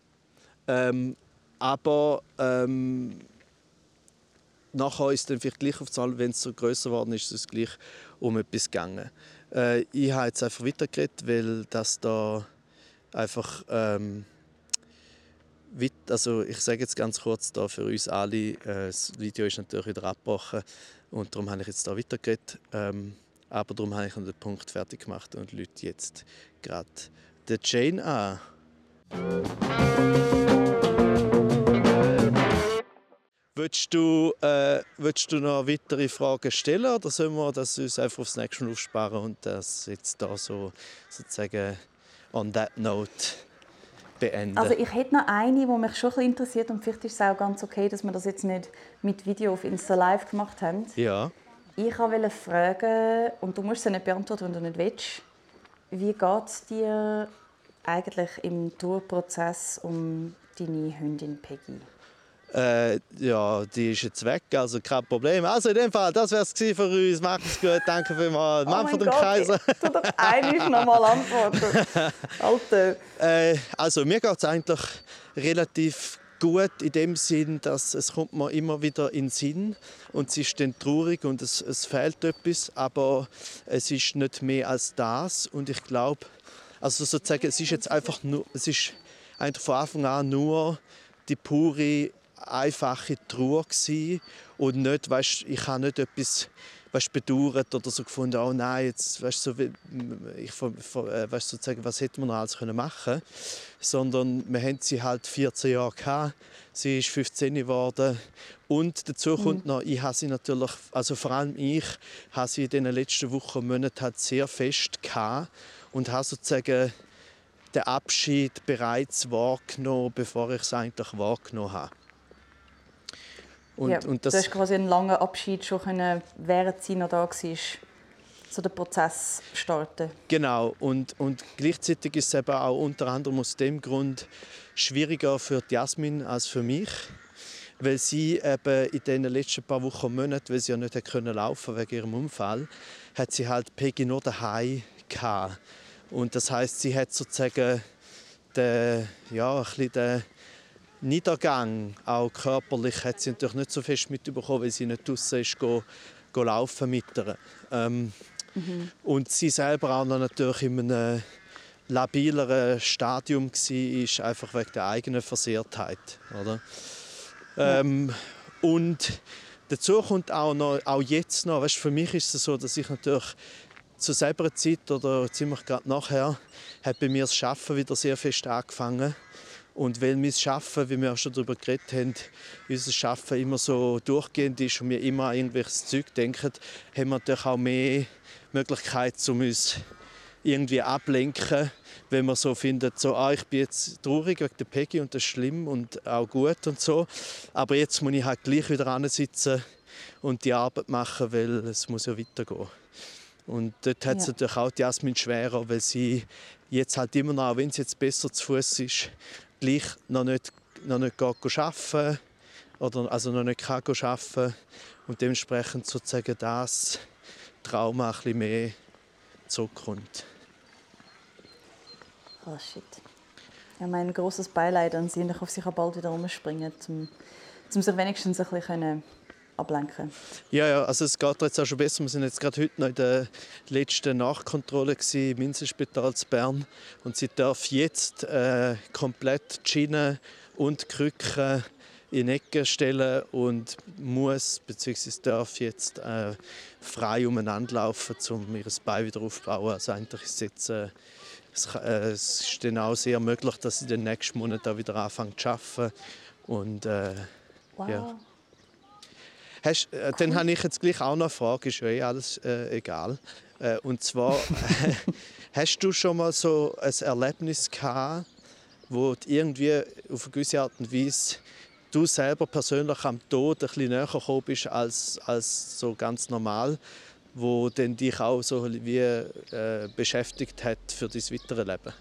Aber nachher ist es dann vielleicht gleich auf die Zahl, wenn es so grösser geworden ist, ist es gleich um etwas gegangen. Ich habe jetzt einfach weitergeredet, weil das da einfach also ich sage jetzt ganz kurz da für uns alle, das Video ist natürlich wieder abgebrochen und darum habe ich jetzt da weitergeredet. Aber darum habe ich den Punkt fertig gemacht und Leute jetzt gerade der Jane an. Willst du noch weitere Fragen stellen oder sollen wir das uns einfach aufs nächste Mal aufsparen und das jetzt da so sozusagen on that note beenden? Also ich hätte noch eine, die mich schon ein bisschen interessiert und vielleicht ist es auch ganz okay, dass wir das jetzt nicht mit Video auf Insta Live gemacht haben. Ja. Ich wollte fragen, und du musst sie nicht beantworten, wenn du nicht willst, wie geht es dir eigentlich im Tourprozess um deine Hündin Peggy? Ja, die ist jetzt weg, also kein Problem. Also in dem Fall, das wäre es für uns. Macht es gut, danke vielmals. Manfred und Kaiser. Tu doch einmal noch mal antworten. Alter. Also mir geht es eigentlich relativ gut in dem Sinn, dass es kommt mir immer wieder in den Sinn und es ist dann traurig und es fehlt etwas, aber es ist nicht mehr als das und ich glaube, also sozusagen, es ist jetzt einfach nur, es ist eigentlich von Anfang an nur die pure einfache Trauer gewesen und nicht, weißt, ich habe nicht etwas bedauert oder so gefunden, oh nein, jetzt, weißt, so, weißt, sozusagen, was hätte man noch alles machen können. Sondern wir haben sie halt 14 Jahre gehabt. Sie ist 15 geworden. Und dazu kommt noch, ich habe sie natürlich, also vor allem ich, habe sie in den letzten Wochen und Monaten halt sehr fest gehabt und habe sozusagen den Abschied bereits wahrgenommen, bevor ich es eigentlich wahrgenommen habe. Und das, du hast quasi einen langen Abschied schon können, während sie noch da war, so den Prozess starten. Genau. Und gleichzeitig ist es eben auch unter anderem aus dem Grund schwieriger für Jasmin als für mich, weil sie eben in den letzten paar Wochen und Monaten, weil sie ja nicht laufen konnte wegen ihrem Unfall, hat sie halt Peggy nur daheim gehabt. Und das heisst, sie hat sozusagen ein bisschen den Niedergang, auch körperlich, hat sie natürlich nicht so fest mitbekommen, weil sie nicht draussen ist, go laufen mit ihr. Und sie selber auch noch natürlich in einem labileren Stadium war, einfach wegen der eigenen Versehrtheit. Oder? Und dazu kommt auch jetzt noch, weißt, für mich ist es so, dass ich natürlich zur selben Zeit oder ziemlich gerade nachher hat bei mir das Arbeiten wieder sehr fest angefangen. Und weil mein Arbeiten, wie wir auch schon darüber geredet haben, unser Arbeiten immer so durchgehend ist und wir immer an irgendwelches Zeug denken, haben wir natürlich auch mehr Möglichkeit, um uns irgendwie ablenken, wenn man so findet, so, ich bin jetzt traurig wegen der Peggy und das ist schlimm und auch gut und so. Aber jetzt muss ich halt gleich wieder hinsitzen und die Arbeit machen, weil es muss ja weitergehen. Und dort hat es natürlich auch die Jasmin schwerer, weil sie jetzt halt immer noch, auch wenn sie jetzt besser zu Fuß ist, gleich noch nicht arbeiten oder also noch nicht kann arbeiten und dementsprechend sozusagen das Trauma ein bisschen mehr zurückkommt. Oh shit. Ja, mein grosses Beileid an sie. Ich hoffe, sie kann bald wieder umspringen, um sich wenigstens ein bisschen ablenken. Ja, also es geht jetzt auch schon besser. Wir sind jetzt gerade heute noch in der letzten Nachkontrolle im Inselspital in Bern und sie darf jetzt komplett die Schiene und die Krücken in die Ecke stellen und muss bzw. darf jetzt frei umeinander laufen, um ihr Bein wieder aufzubauen. Also eigentlich ist es ist dann auch sehr möglich, dass sie den nächsten Monat auch wieder anfängt zu arbeiten. Und, wow. Ja. Dann habe ich jetzt gleich auch noch eine Frage, ist ja alles egal. Und zwar, hast du schon mal so ein Erlebnis gehabt, wo du irgendwie auf eine gewisse Art und Weise du selber persönlich am Tod ein bisschen näher gekommen bist als so ganz normal, wo dann dich auch so wie beschäftigt hat für dein weitere Leben?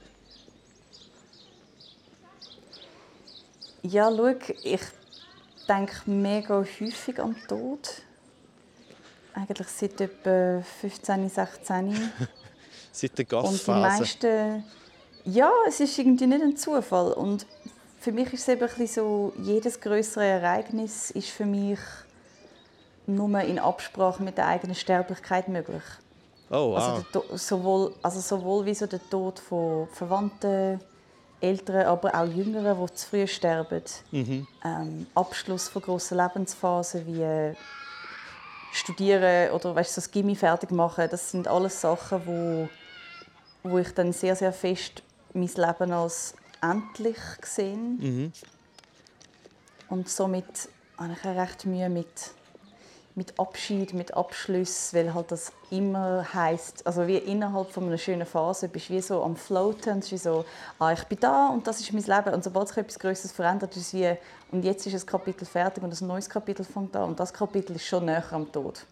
Ja, schau, ich denke mega häufig an den Tod. Eigentlich seit etwa 15, 16. Seit der Goth-Phase. Und die meisten... Ja, es ist irgendwie nicht ein Zufall. Und für mich ist es eben ein bisschen so, jedes größere Ereignis ist für mich nur in Absprache mit der eigenen Sterblichkeit möglich. Oh, wow. Also sowohl wie so der Tod von Verwandten, Eltern, aber auch Jüngeren, die zu früh sterben. Abschluss von grossen Lebensphasen wie Studieren oder so das Gymi fertig machen. Das sind alles Sachen, wo ich dann sehr, sehr fest mein Leben als endlich gesehen. Und somit habe ich recht Mühe mit Abschied, mit Abschluss, weil halt das immer heisst, also wie innerhalb von einer schönen Phase bist du wie so am Floaten, es ist wie so, ich bin da und das ist mein Leben und sobald sich etwas Größeres verändert, ist es wie, und jetzt ist das Kapitel fertig und ein neues Kapitel fängt an und das Kapitel ist schon näher am Tod.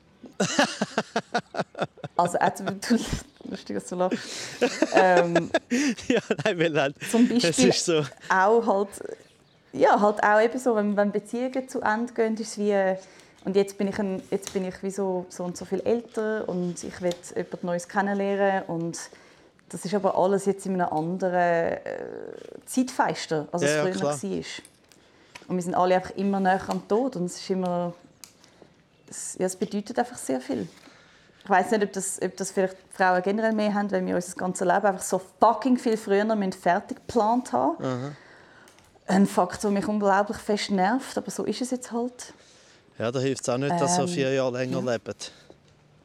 Also lustig, dass du lachst. Ja, nein, weil halt, zum Beispiel es ist so. auch halt auch eben so, wenn Beziehungen zu Ende gehen, ist es wie, und jetzt bin ich wie so und so viel älter und ich will jemand Neues kennenlernen und das ist aber alles jetzt in einem anderen Zeitfenster, als es früher war. Und wir sind alle einfach immer näher am Tod und es ist immer, es bedeutet einfach sehr viel. Ich weiss nicht, ob das vielleicht Frauen generell mehr haben, weil wir unser ganzes Leben einfach so fucking viel früher fertig geplant haben. Aha. Ein Fakt, der mich unglaublich fest nervt, aber so ist es jetzt halt. Ja, da hilft es auch nicht, dass er 4 Jahre länger lebt.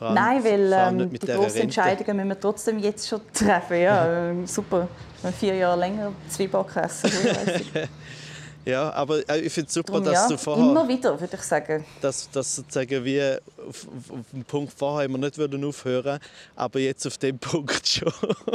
Nein, weil vor allem nicht mit die dieser grossen Rente. Entscheidungen müssen wir trotzdem jetzt schon treffen. Ja, super. Wenn 4 Jahre länger Zwieback essen, weiss ich. Ja, aber ich finde es super, Darum, dass ja, du vorher, immer wieder, würde ich sagen. dass sozusagen wie auf dem Punkt vorher immer nicht aufhören würden, aber jetzt auf dem Punkt schon.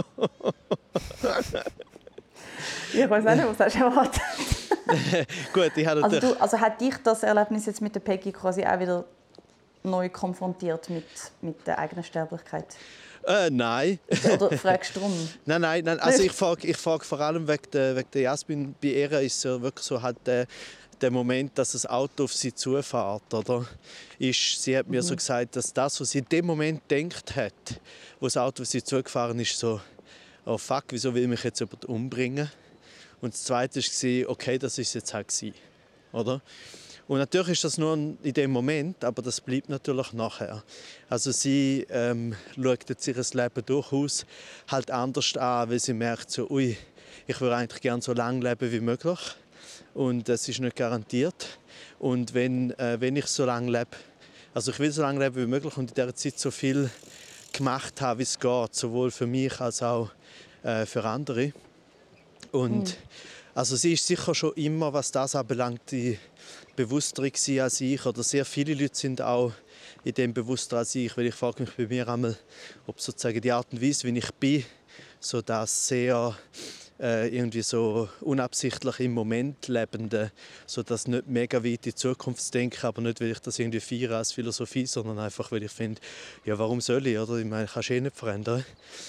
Ich weiß auch nicht, was hast du erwartet. Gut, ich habe natürlich... Also hat dich das Erlebnis jetzt mit der Peggy quasi auch wieder neu konfrontiert mit der eigenen Sterblichkeit? Nein. Oder fragst du darum? Nein. Also ich frage vor allem wegen der Jasmin. Bei ihr ist es ja wirklich so halt der Moment, dass das Auto auf sie zufährt. Oder? Sie hat mir so gesagt, dass das, was sie in dem Moment gedacht hat, wo das Auto auf sie zugefahren ist, so «Oh fuck, wieso will mich jetzt jemand umbringen?» Und das Zweite war, okay, das ist jetzt halt gewesen, oder? Und natürlich ist das nur in dem Moment, aber das bleibt natürlich nachher. Also sie schaut jetzt ihr Leben durchaus halt anders an, weil sie merkt so, ui, ich würde eigentlich gerne so lange leben wie möglich und das ist nicht garantiert. Und wenn ich so lange lebe, also ich will so lange leben wie möglich und in dieser Zeit so viel gemacht haben, wie es geht, sowohl für mich als auch für andere. Und also sie ist sicher schon immer, was das anbelangt, bewusster als ich. Oder sehr viele Leute sind auch in dem bewusster als ich. Weil ich frage mich bei mir einmal, ob sozusagen die Art und Weise, wie ich bin, so das sehr irgendwie so unabsichtlich im Moment lebende, so das nicht mega weit in die Zukunft zu denken, aber nicht, weil ich das irgendwie feiere als Philosophie, sondern einfach, weil ich finde, ja, warum soll ich, oder? Ich meine, ich kann es eh nicht verändern.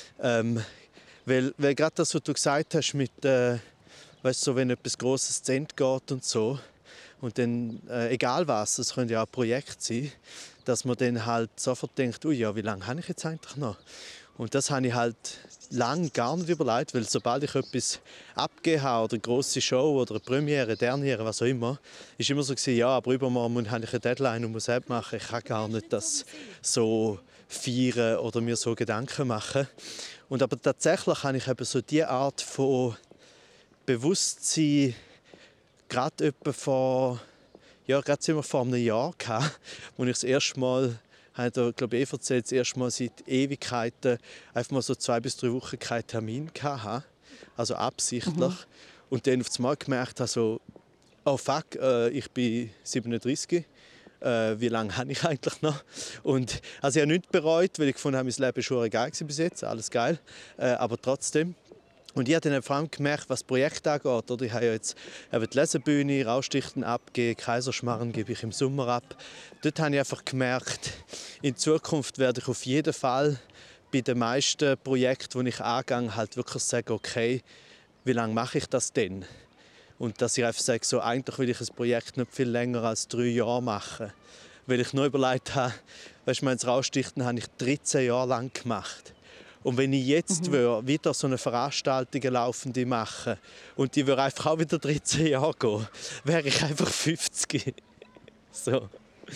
Weil gerade das, was du gesagt hast mit, weißt, so, wenn etwas Grosses zu Ende geht und so, und dann, egal was, es können ja auch Projekte sein, dass man dann halt sofort denkt, ui, ja, wie lange habe ich jetzt eigentlich noch? Und das habe ich halt lange gar nicht überlegt, weil sobald ich etwas abgegeben habe, oder eine grosse Show oder eine Premiere, Derniere, was auch immer, ist immer so gewesen, ja, aber übermorgen habe ich eine Deadline und muss App machen. Ich kann gar nicht das so feiern oder mir so Gedanken machen. Und aber tatsächlich habe ich eben so diese Art von Bewusstsein gerade etwa vor einem Jahr gehabt, wo ich das erste Mal, habe ich glaube ich erzählt, das erste Mal seit Ewigkeiten einfach mal so 2 bis 3 Wochen keinen Termin hatte, also absichtlich. Und dann auf einmal gemerkt habe, so, oh fuck, ich bin 37, wie lange habe ich eigentlich noch? Und also ich habe nichts bereut, weil ich gefunden habe, mein Leben schon geil bis jetzt, alles geil, aber trotzdem. Und ich habe dann vor allem gemerkt, was das Projekt angeht. Oder? Ich habe ja jetzt eben die Lesebühne, Raustichten abgegeben, Kaiserschmarren gebe ich im Sommer ab. Dort habe ich einfach gemerkt, in Zukunft werde ich auf jeden Fall bei den meisten Projekten, die ich angehe, halt wirklich sagen, okay, wie lange mache ich das denn? Und dass ich einfach sage, so, eigentlich will ich ein Projekt nicht viel länger als 3 Jahre machen. Weil ich noch überlegt habe, weißt du, das Raustichten habe ich 13 Jahre lang gemacht. Und wenn ich jetzt wieder so eine Veranstaltung laufende mache und die würde einfach auch wieder 13 Jahre gehen, wäre ich einfach 50. So.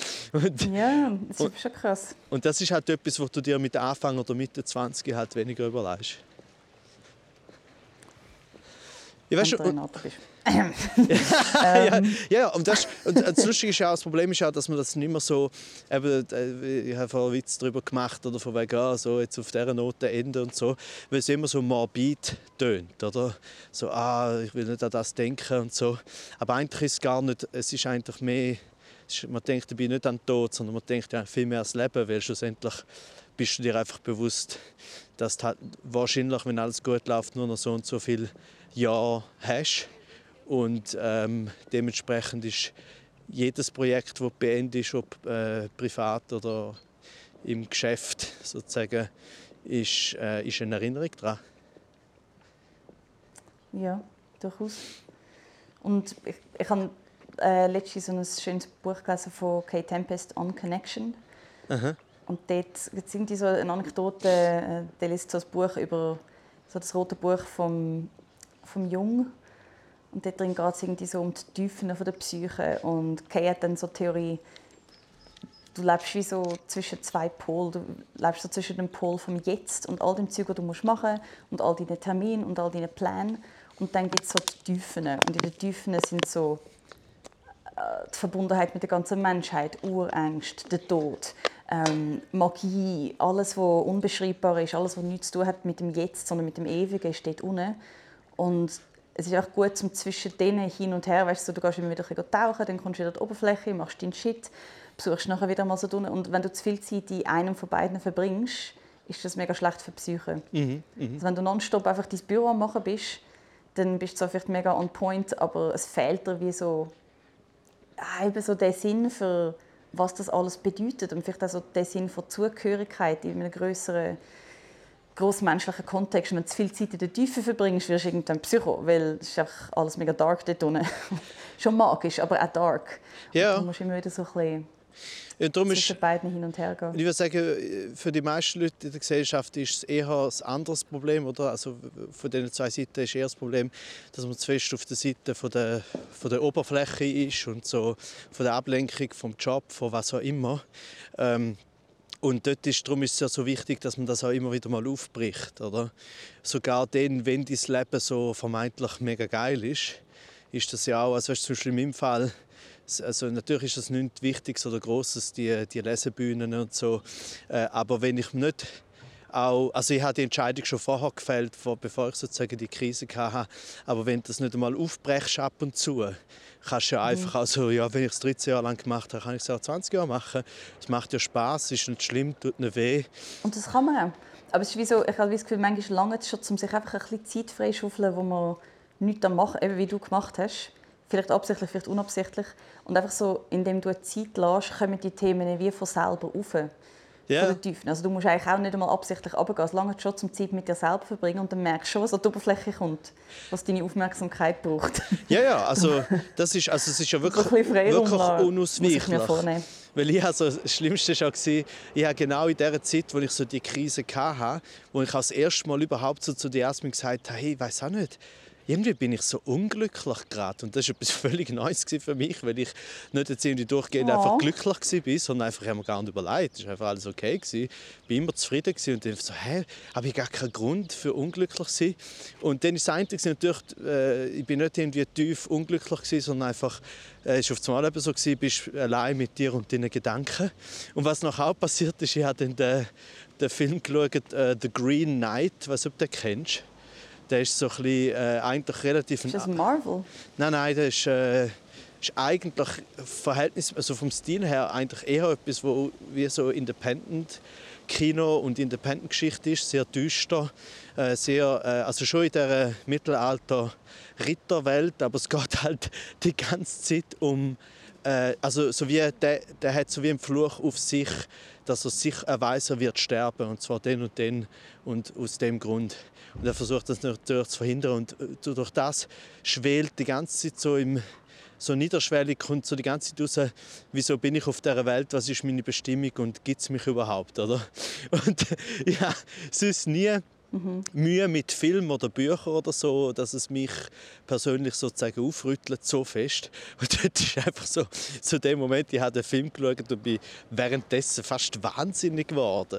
Ja, das ist schon krass. Und das ist halt etwas, was du dir mit Anfang oder Mitte 20 halt weniger überlegst. Ich weiß schon, ja, und das Lustige ist auch, das Problem ist auch, dass man das nicht mehr so, ich habe vorhin einen Witz darüber gemacht, oder von wegen, so jetzt auf dieser Note enden und so, weil es immer so morbid tönt, oder? So, ich will nicht an das denken und so. Aber eigentlich ist es gar nicht, es ist eigentlich mehr, man denkt dabei nicht an den Tod, sondern man denkt ja viel mehr an das Leben, weil schlussendlich bist du dir einfach bewusst, dass du halt wahrscheinlich, wenn alles gut läuft, nur noch so und so viele Jahre hast. Und dementsprechend ist jedes Projekt, das beendest, ob privat oder im Geschäft, sozusagen, ist eine Erinnerung daran. Ja, durchaus. Und ich habe letztens so ein schönes Buch gelesen von Kay Tempest, «On Connection». Aha. Und dort sind so eine Anekdote, der liest so ein Buch über so das rote Buch vom Jung. Und dort drin geht es irgendwie so um die Tiefen der Psyche. Und Kay hat dann so die Theorie, du lebst wie so zwischen 2 Polen. Du lebst so zwischen dem Pol vom Jetzt und all dem Zeug, das du machen musst, und all deinen Terminen und all deinen Plänen. Und dann gibt es so die Tiefen. Und in den Tiefen sind so die Verbundenheit mit der ganzen Menschheit, Urängste, der Tod, Magie, alles, was unbeschreibbar ist, alles, was nichts zu tun hat mit dem Jetzt, sondern mit dem Ewigen, steht unten. Und es ist auch gut, zum zwischen denen hin und her, weißt du, du gehst immer wieder tauchen, dann kommst du wieder an die Oberfläche, machst deinen Shit, besuchst nachher wieder mal so unten. Und wenn du zu viel Zeit in einem von beiden verbringst, ist das mega schlecht für die Psyche. Also wenn du nonstop einfach dein Büro am machen bist, dann bist du zwar vielleicht mega on point, aber es fehlt dir wie so, eben so der Sinn für was das alles bedeutet und vielleicht auch so der Sinn von Zugehörigkeit in einem grösseren grossmenschlichen Kontext. Und wenn du zu viel Zeit in der Tiefe verbringst, wirst du irgendwann Psycho, weil es ist einfach alles mega dark dort unten. Schon magisch, aber auch dark. Ja. Und du musst immer wieder so ein bisschen zwischen beiden hin und her gehen. Ich würde sagen, für die meisten Leute in der Gesellschaft ist es eher ein anderes Problem. Oder? Also von diesen zwei Seiten ist eher das Problem, dass man zu fest auf der Seite von der Oberfläche ist und so von der Ablenkung vom Job, von was auch immer. Und darum ist es ja so wichtig, dass man das auch immer wieder mal aufbricht. Oder? Sogar dann, wenn dein Leben so vermeintlich mega geil ist das ja auch, also zum Beispiel in meinem Fall, also natürlich ist das nichts Wichtiges oder Grosses, die Lesebühnen und so. Aber wenn ich nicht auch, also ich habe die Entscheidung schon vorher gefällt, bevor ich sozusagen die Krise hatte. Aber wenn du das nicht einmal aufbrechst ab und zu, kannst du ja einfach, also ja, wenn ich es 13 Jahre lang gemacht habe, kann ich es auch 20 Jahre machen. Es macht ja Spass, ist nicht schlimm, tut nicht weh. Und das kann man auch. Aber es ist wie so, ich habe das Gefühl, manchmal lange es schon, um sich einfach ein bisschen Zeit freischaufeln, wo man nichts machen, eben wie du gemacht hast. Vielleicht absichtlich, vielleicht unabsichtlich. Und einfach so, indem du eine Zeit lässt, kommen die Themen wie von selber rauf. Ja. Von der Tiefe. Also du musst eigentlich auch nicht einmal absichtlich runtergehen. Es lange schon zum Zeit mit dir selber verbringen und dann merkst du schon, was an die Oberfläche kommt, was deine Aufmerksamkeit braucht. Ja, also es ist ja wirklich, so wirklich unausweichlich. Muss ich mir vornehmen. Weil das Schlimmste war, ich habe genau in der Zeit, wo ich so die Krise hatte, wo ich das erste Mal überhaupt so zu Jasmin gesagt habe, hey, ich weiss auch nicht, irgendwie bin ich so unglücklich gerade. Und das war etwas völlig Neues für mich, weil ich nicht jetzt irgendwie durchgehend einfach glücklich war, sondern einfach, ich habe mir gar nicht überlegt. Es war einfach alles okay. Ich war immer zufrieden und dann so, habe ich gar keinen Grund für unglücklich zu sein. Und dann ist das eine natürlich, ich bin nicht irgendwie tief unglücklich, sondern einfach, es war auf einmal eben so, du bist allein mit dir und deinen Gedanken. Und was nachher auch passiert ist, ich habe dann den Film geschaut, «The Green Knight», ich weiss nicht, ob du den kennst. Der ist so ein bisschen, eigentlich relativ... Ist das Marvel? Nein, der ist eigentlich Verhältnis, also vom Stil her eigentlich eher etwas, wo wie so Independent-Kino und Independent-Geschichte ist, sehr düster, also schon in der Mittelalter-Ritterwelt, aber es geht halt die ganze Zeit um, also so wie der hat so wie einen Fluch auf sich, dass er sich weiss, er wird sterben, und zwar den und aus dem Grund. Und er versucht das natürlich zu verhindern und durch das schwelt die ganze Zeit so niederschwellig, kommt so die ganze Zeit raus, wieso bin ich auf dieser Welt, was ist meine Bestimmung und gibt es mich überhaupt, oder? Und ja, sonst nie Mühe mit Film oder Büchern oder so, dass es mich persönlich sozusagen aufrüttelt, so fest. Und das ist einfach so der Moment, ich habe den Film geschaut und bin währenddessen fast wahnsinnig geworden.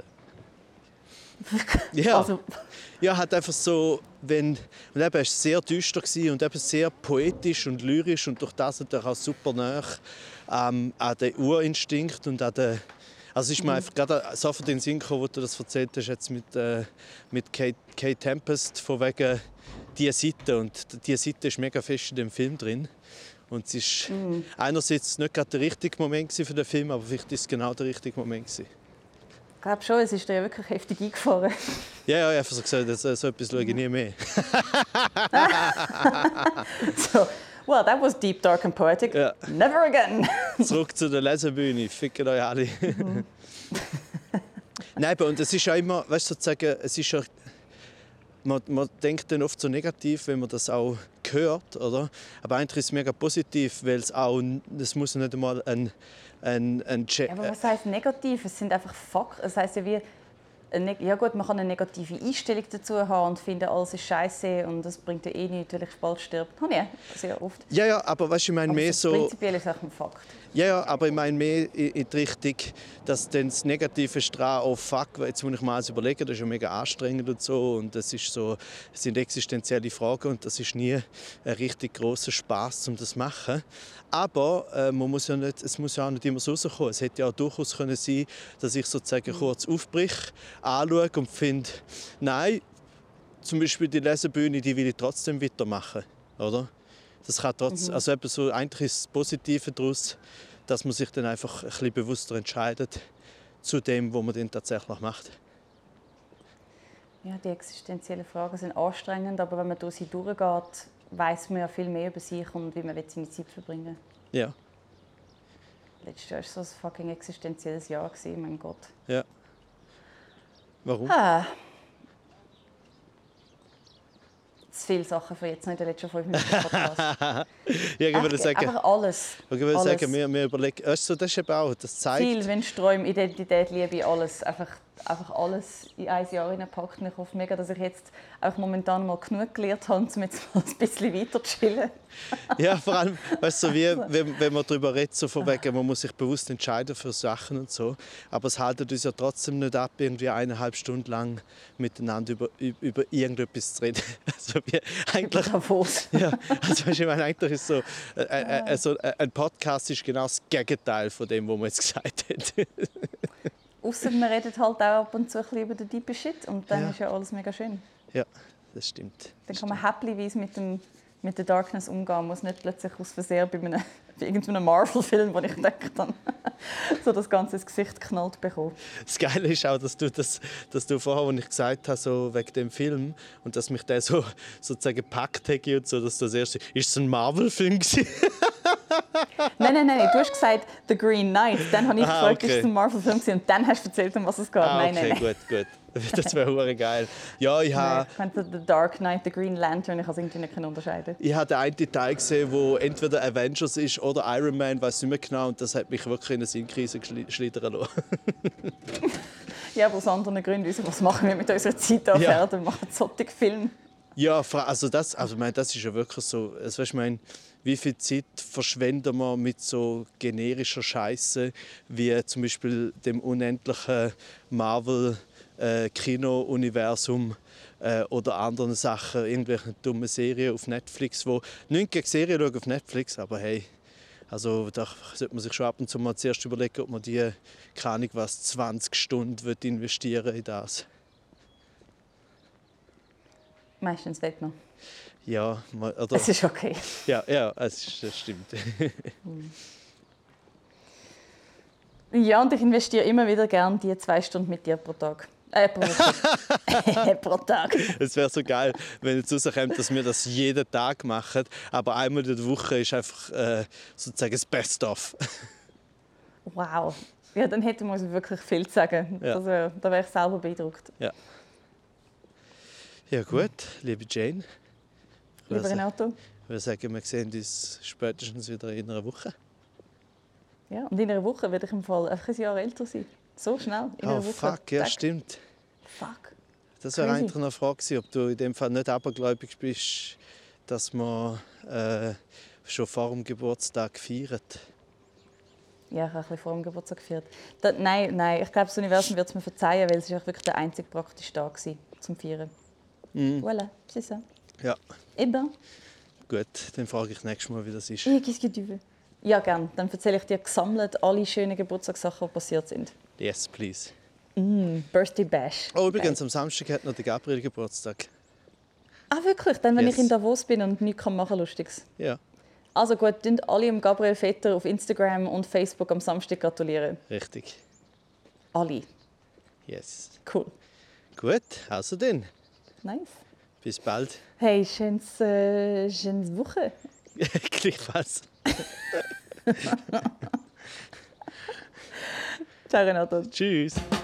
Ja, Also. Ja, hat einfach so, und eben, es war sehr düster und eben sehr poetisch und lyrisch und durch das natürlich auch super nah an den Urinstinkt und an den, also ist mir einfach gerade so von den Sinn gekommen, wo du das erzählt hast, jetzt mit Kate Tempest, von wegen dieser Seite. Und diese Seite ist mega fest in dem Film drin. Und es war einerseits nicht gerade der richtige Moment für den Film, aber vielleicht ist es genau der richtige Moment. Ich glaube schon, es ist dir ja wirklich heftig eingefahren. Ja, ich habe so gesagt, so etwas schaue ich nie mehr. So, well, that was deep, dark and poetic. Ja. Never again. Zurück zu der Lesebühne. Ficken euch alle. Nein, und es ist ja immer, weißt du, sozusagen, es ist ja, man denkt dann oft so negativ, wenn man das auch hört, oder? Aber eigentlich ist es mega positiv, weil es muss nicht einmal ein Aber was heisst negativ? Es sind einfach Fakten. Es heisst ja wie, Ja gut, man kann eine negative Einstellung dazu haben und finden, alles ist scheiße und das bringt ja eh nichts, weil ich bald stirbt. Habe ich sehr oft. Ja, aber weißt du, ich meine Aber mehr so so... prinzipiell ist es auch ein Fakt. Ja, aber ich meine mehr in die Richtung, dass dann das Negative ist dran, oh fuck, jetzt muss ich mal überlegen, das ist ja mega anstrengend und so und das sind existenzielle Fragen und das ist nie ein richtig grosser Spaß, um das zu machen. Aber es muss ja auch nicht immer so rauskommen. Es hätte ja auch durchaus können sein, dass ich sozusagen kurz aufbrich, anschaue und finde, nein, zum Beispiel die Lesebühne, die will ich trotzdem weitermachen, oder? Das kann also eben so, eigentlich ist das Positive daraus, dass man sich dann einfach ein bisschen bewusster entscheidet zu dem, was man dann tatsächlich macht. Ja, die existenziellen Fragen sind anstrengend, aber wenn man durch sie durchgeht, weiß man ja viel mehr über sich und wie man seine Zeit verbringen will. Ja. Letztes Jahr war so ein fucking existenzielles Jahr, mein Gott. Ja. Warum? Zu viele Sachen für jetzt noch in den letzten 5 Minuten Podcast. Ja, ich würde sagen, einfach alles. ich würde sagen, wir überlegen, also das ist eben auch, das zeigt... Ziel, Wünsche, Träume, Identität, Liebe, alles. Einfach alles in ein Jahr hineingepackt. Und ich hoffe mega, dass ich jetzt auch momentan mal genug gelernt habe, um jetzt mal ein bisschen weiter zu chillen. Ja, vor allem, weißt du, wie wenn man darüber redet, so von wegen, man muss sich bewusst entscheiden für Sachen und so. Aber es haltet uns ja trotzdem nicht ab, irgendwie 1,5 Stunden lang miteinander über irgendetwas zu reden. Also wie eigentlich, ja, also weißt du, ich meine, eigentlich ist so, ein Podcast ist genau das Gegenteil von dem, was man jetzt gesagt hat. Ausser wir reden halt auch ab und zu ein bisschen über den deepen Shit und dann ist ja alles mega schön. Ja, das stimmt. Dann kann man happyweise mit der Darkness umgehen. Man muss nicht plötzlich aus Versehen bei irgendeinem Marvel-Film, wo ich denke, dann so das Ganze ins Gesicht geknallt bekommen. Das Geile ist auch, dass du vorher, als ich gesagt habe, so wegen dem Film, und dass mich der so sozusagen gepackt hat und so, dass das erste, ist es ein Marvel-Film gewesen? Nein. Du hast gesagt «The Green Knight». Dann habe ich gefragt, okay. ist es ein Marvel-Film gewesen? Und dann hast du erzählt, um was es geht. Nein. Gut. Das wäre verdammt geil. Ja, ich habe «The Dark Knight», «The Green Lantern», ich kann es irgendwie nicht unterscheiden. Ich habe den einen Teil gesehen, wo entweder Avengers ist oder Iron Man, weiß nicht mehr genau, und das hat mich wirklich in eine Sinnkrise schlittern lassen. Ja, aber aus anderen Gründen, was machen wir mit unserer Zeit auf Erden? Wir machen solche Filme. Ja, also das ist ja wirklich so. Also, weißt, ich meine, wie viel Zeit verschwenden wir mit so generischer Scheiße wie zum Beispiel dem unendlichen Marvel-Kino-Universum oder anderen Sachen, irgendwelche dummen Serien auf Netflix, wo nichts gegen Serien schauen auf Netflix, aber hey, also da sollte man sich schon ab und zu mal zuerst überlegen, ob man die, keine Ahnung was, 20 Stunden investieren in das. Meistens nicht noch. Ja, oder? Es ist okay. Ja, das stimmt. Ja, und ich investiere immer wieder gerne die 2 Stunden mit dir pro Tag. Pro Woche. Pro Tag. Es wäre so geil, wenn jetzt rauskommt, dass wir das jeden Tag machen, aber einmal in der Woche ist einfach sozusagen das Best-of. Wow. Ja, dann hätte man wirklich viel zu sagen. Ja. Da wäre ich selber beeindruckt. Ja. Ja gut, liebe Jane. Lieber Renato. Ich würde sagen, wir sehen uns spätestens wieder in einer Woche. Ja, und in einer Woche werde ich im Fall einfach ein Jahr älter sein. So schnell, in einer Woche. Fuck, ja stimmt. Fuck. Das wäre eigentlich noch eine Frage gewesen, ob du in dem Fall nicht abergläubig bist, dass man schon vor dem Geburtstag feiert. Ja, ich habe ein bisschen vor dem Geburtstag gefeiert. Nein, ich glaube, das Universum wird es mir verzeihen, weil es ist wirklich der einzige praktische Tag war zum Feiern. Voilà, c'est ça. Ja. Eh bien. Gut, dann frage ich nächstes Mal, wie das ist. Qu'est-ce que tu veux? Ja, gerne. Dann erzähle ich dir gesammelt alle schönen Geburtstagssachen, die passiert sind. Yes, please. Birthday Bash. Oh, übrigens, am Samstag hat noch der Gabriel Geburtstag. Ah, wirklich? Dann, wenn Yes. ich in Davos bin und nichts machen kann, Lustiges. Ja, Also gut, tun alle dem Gabriel Vetter auf Instagram und Facebook am Samstag gratulieren. richtig. Alle. Yes. Cool. Gut, also dann. Nice. Bis bald. Hey, schönes Woche. Gleichfalls. Ciao, Renato. Tschüss.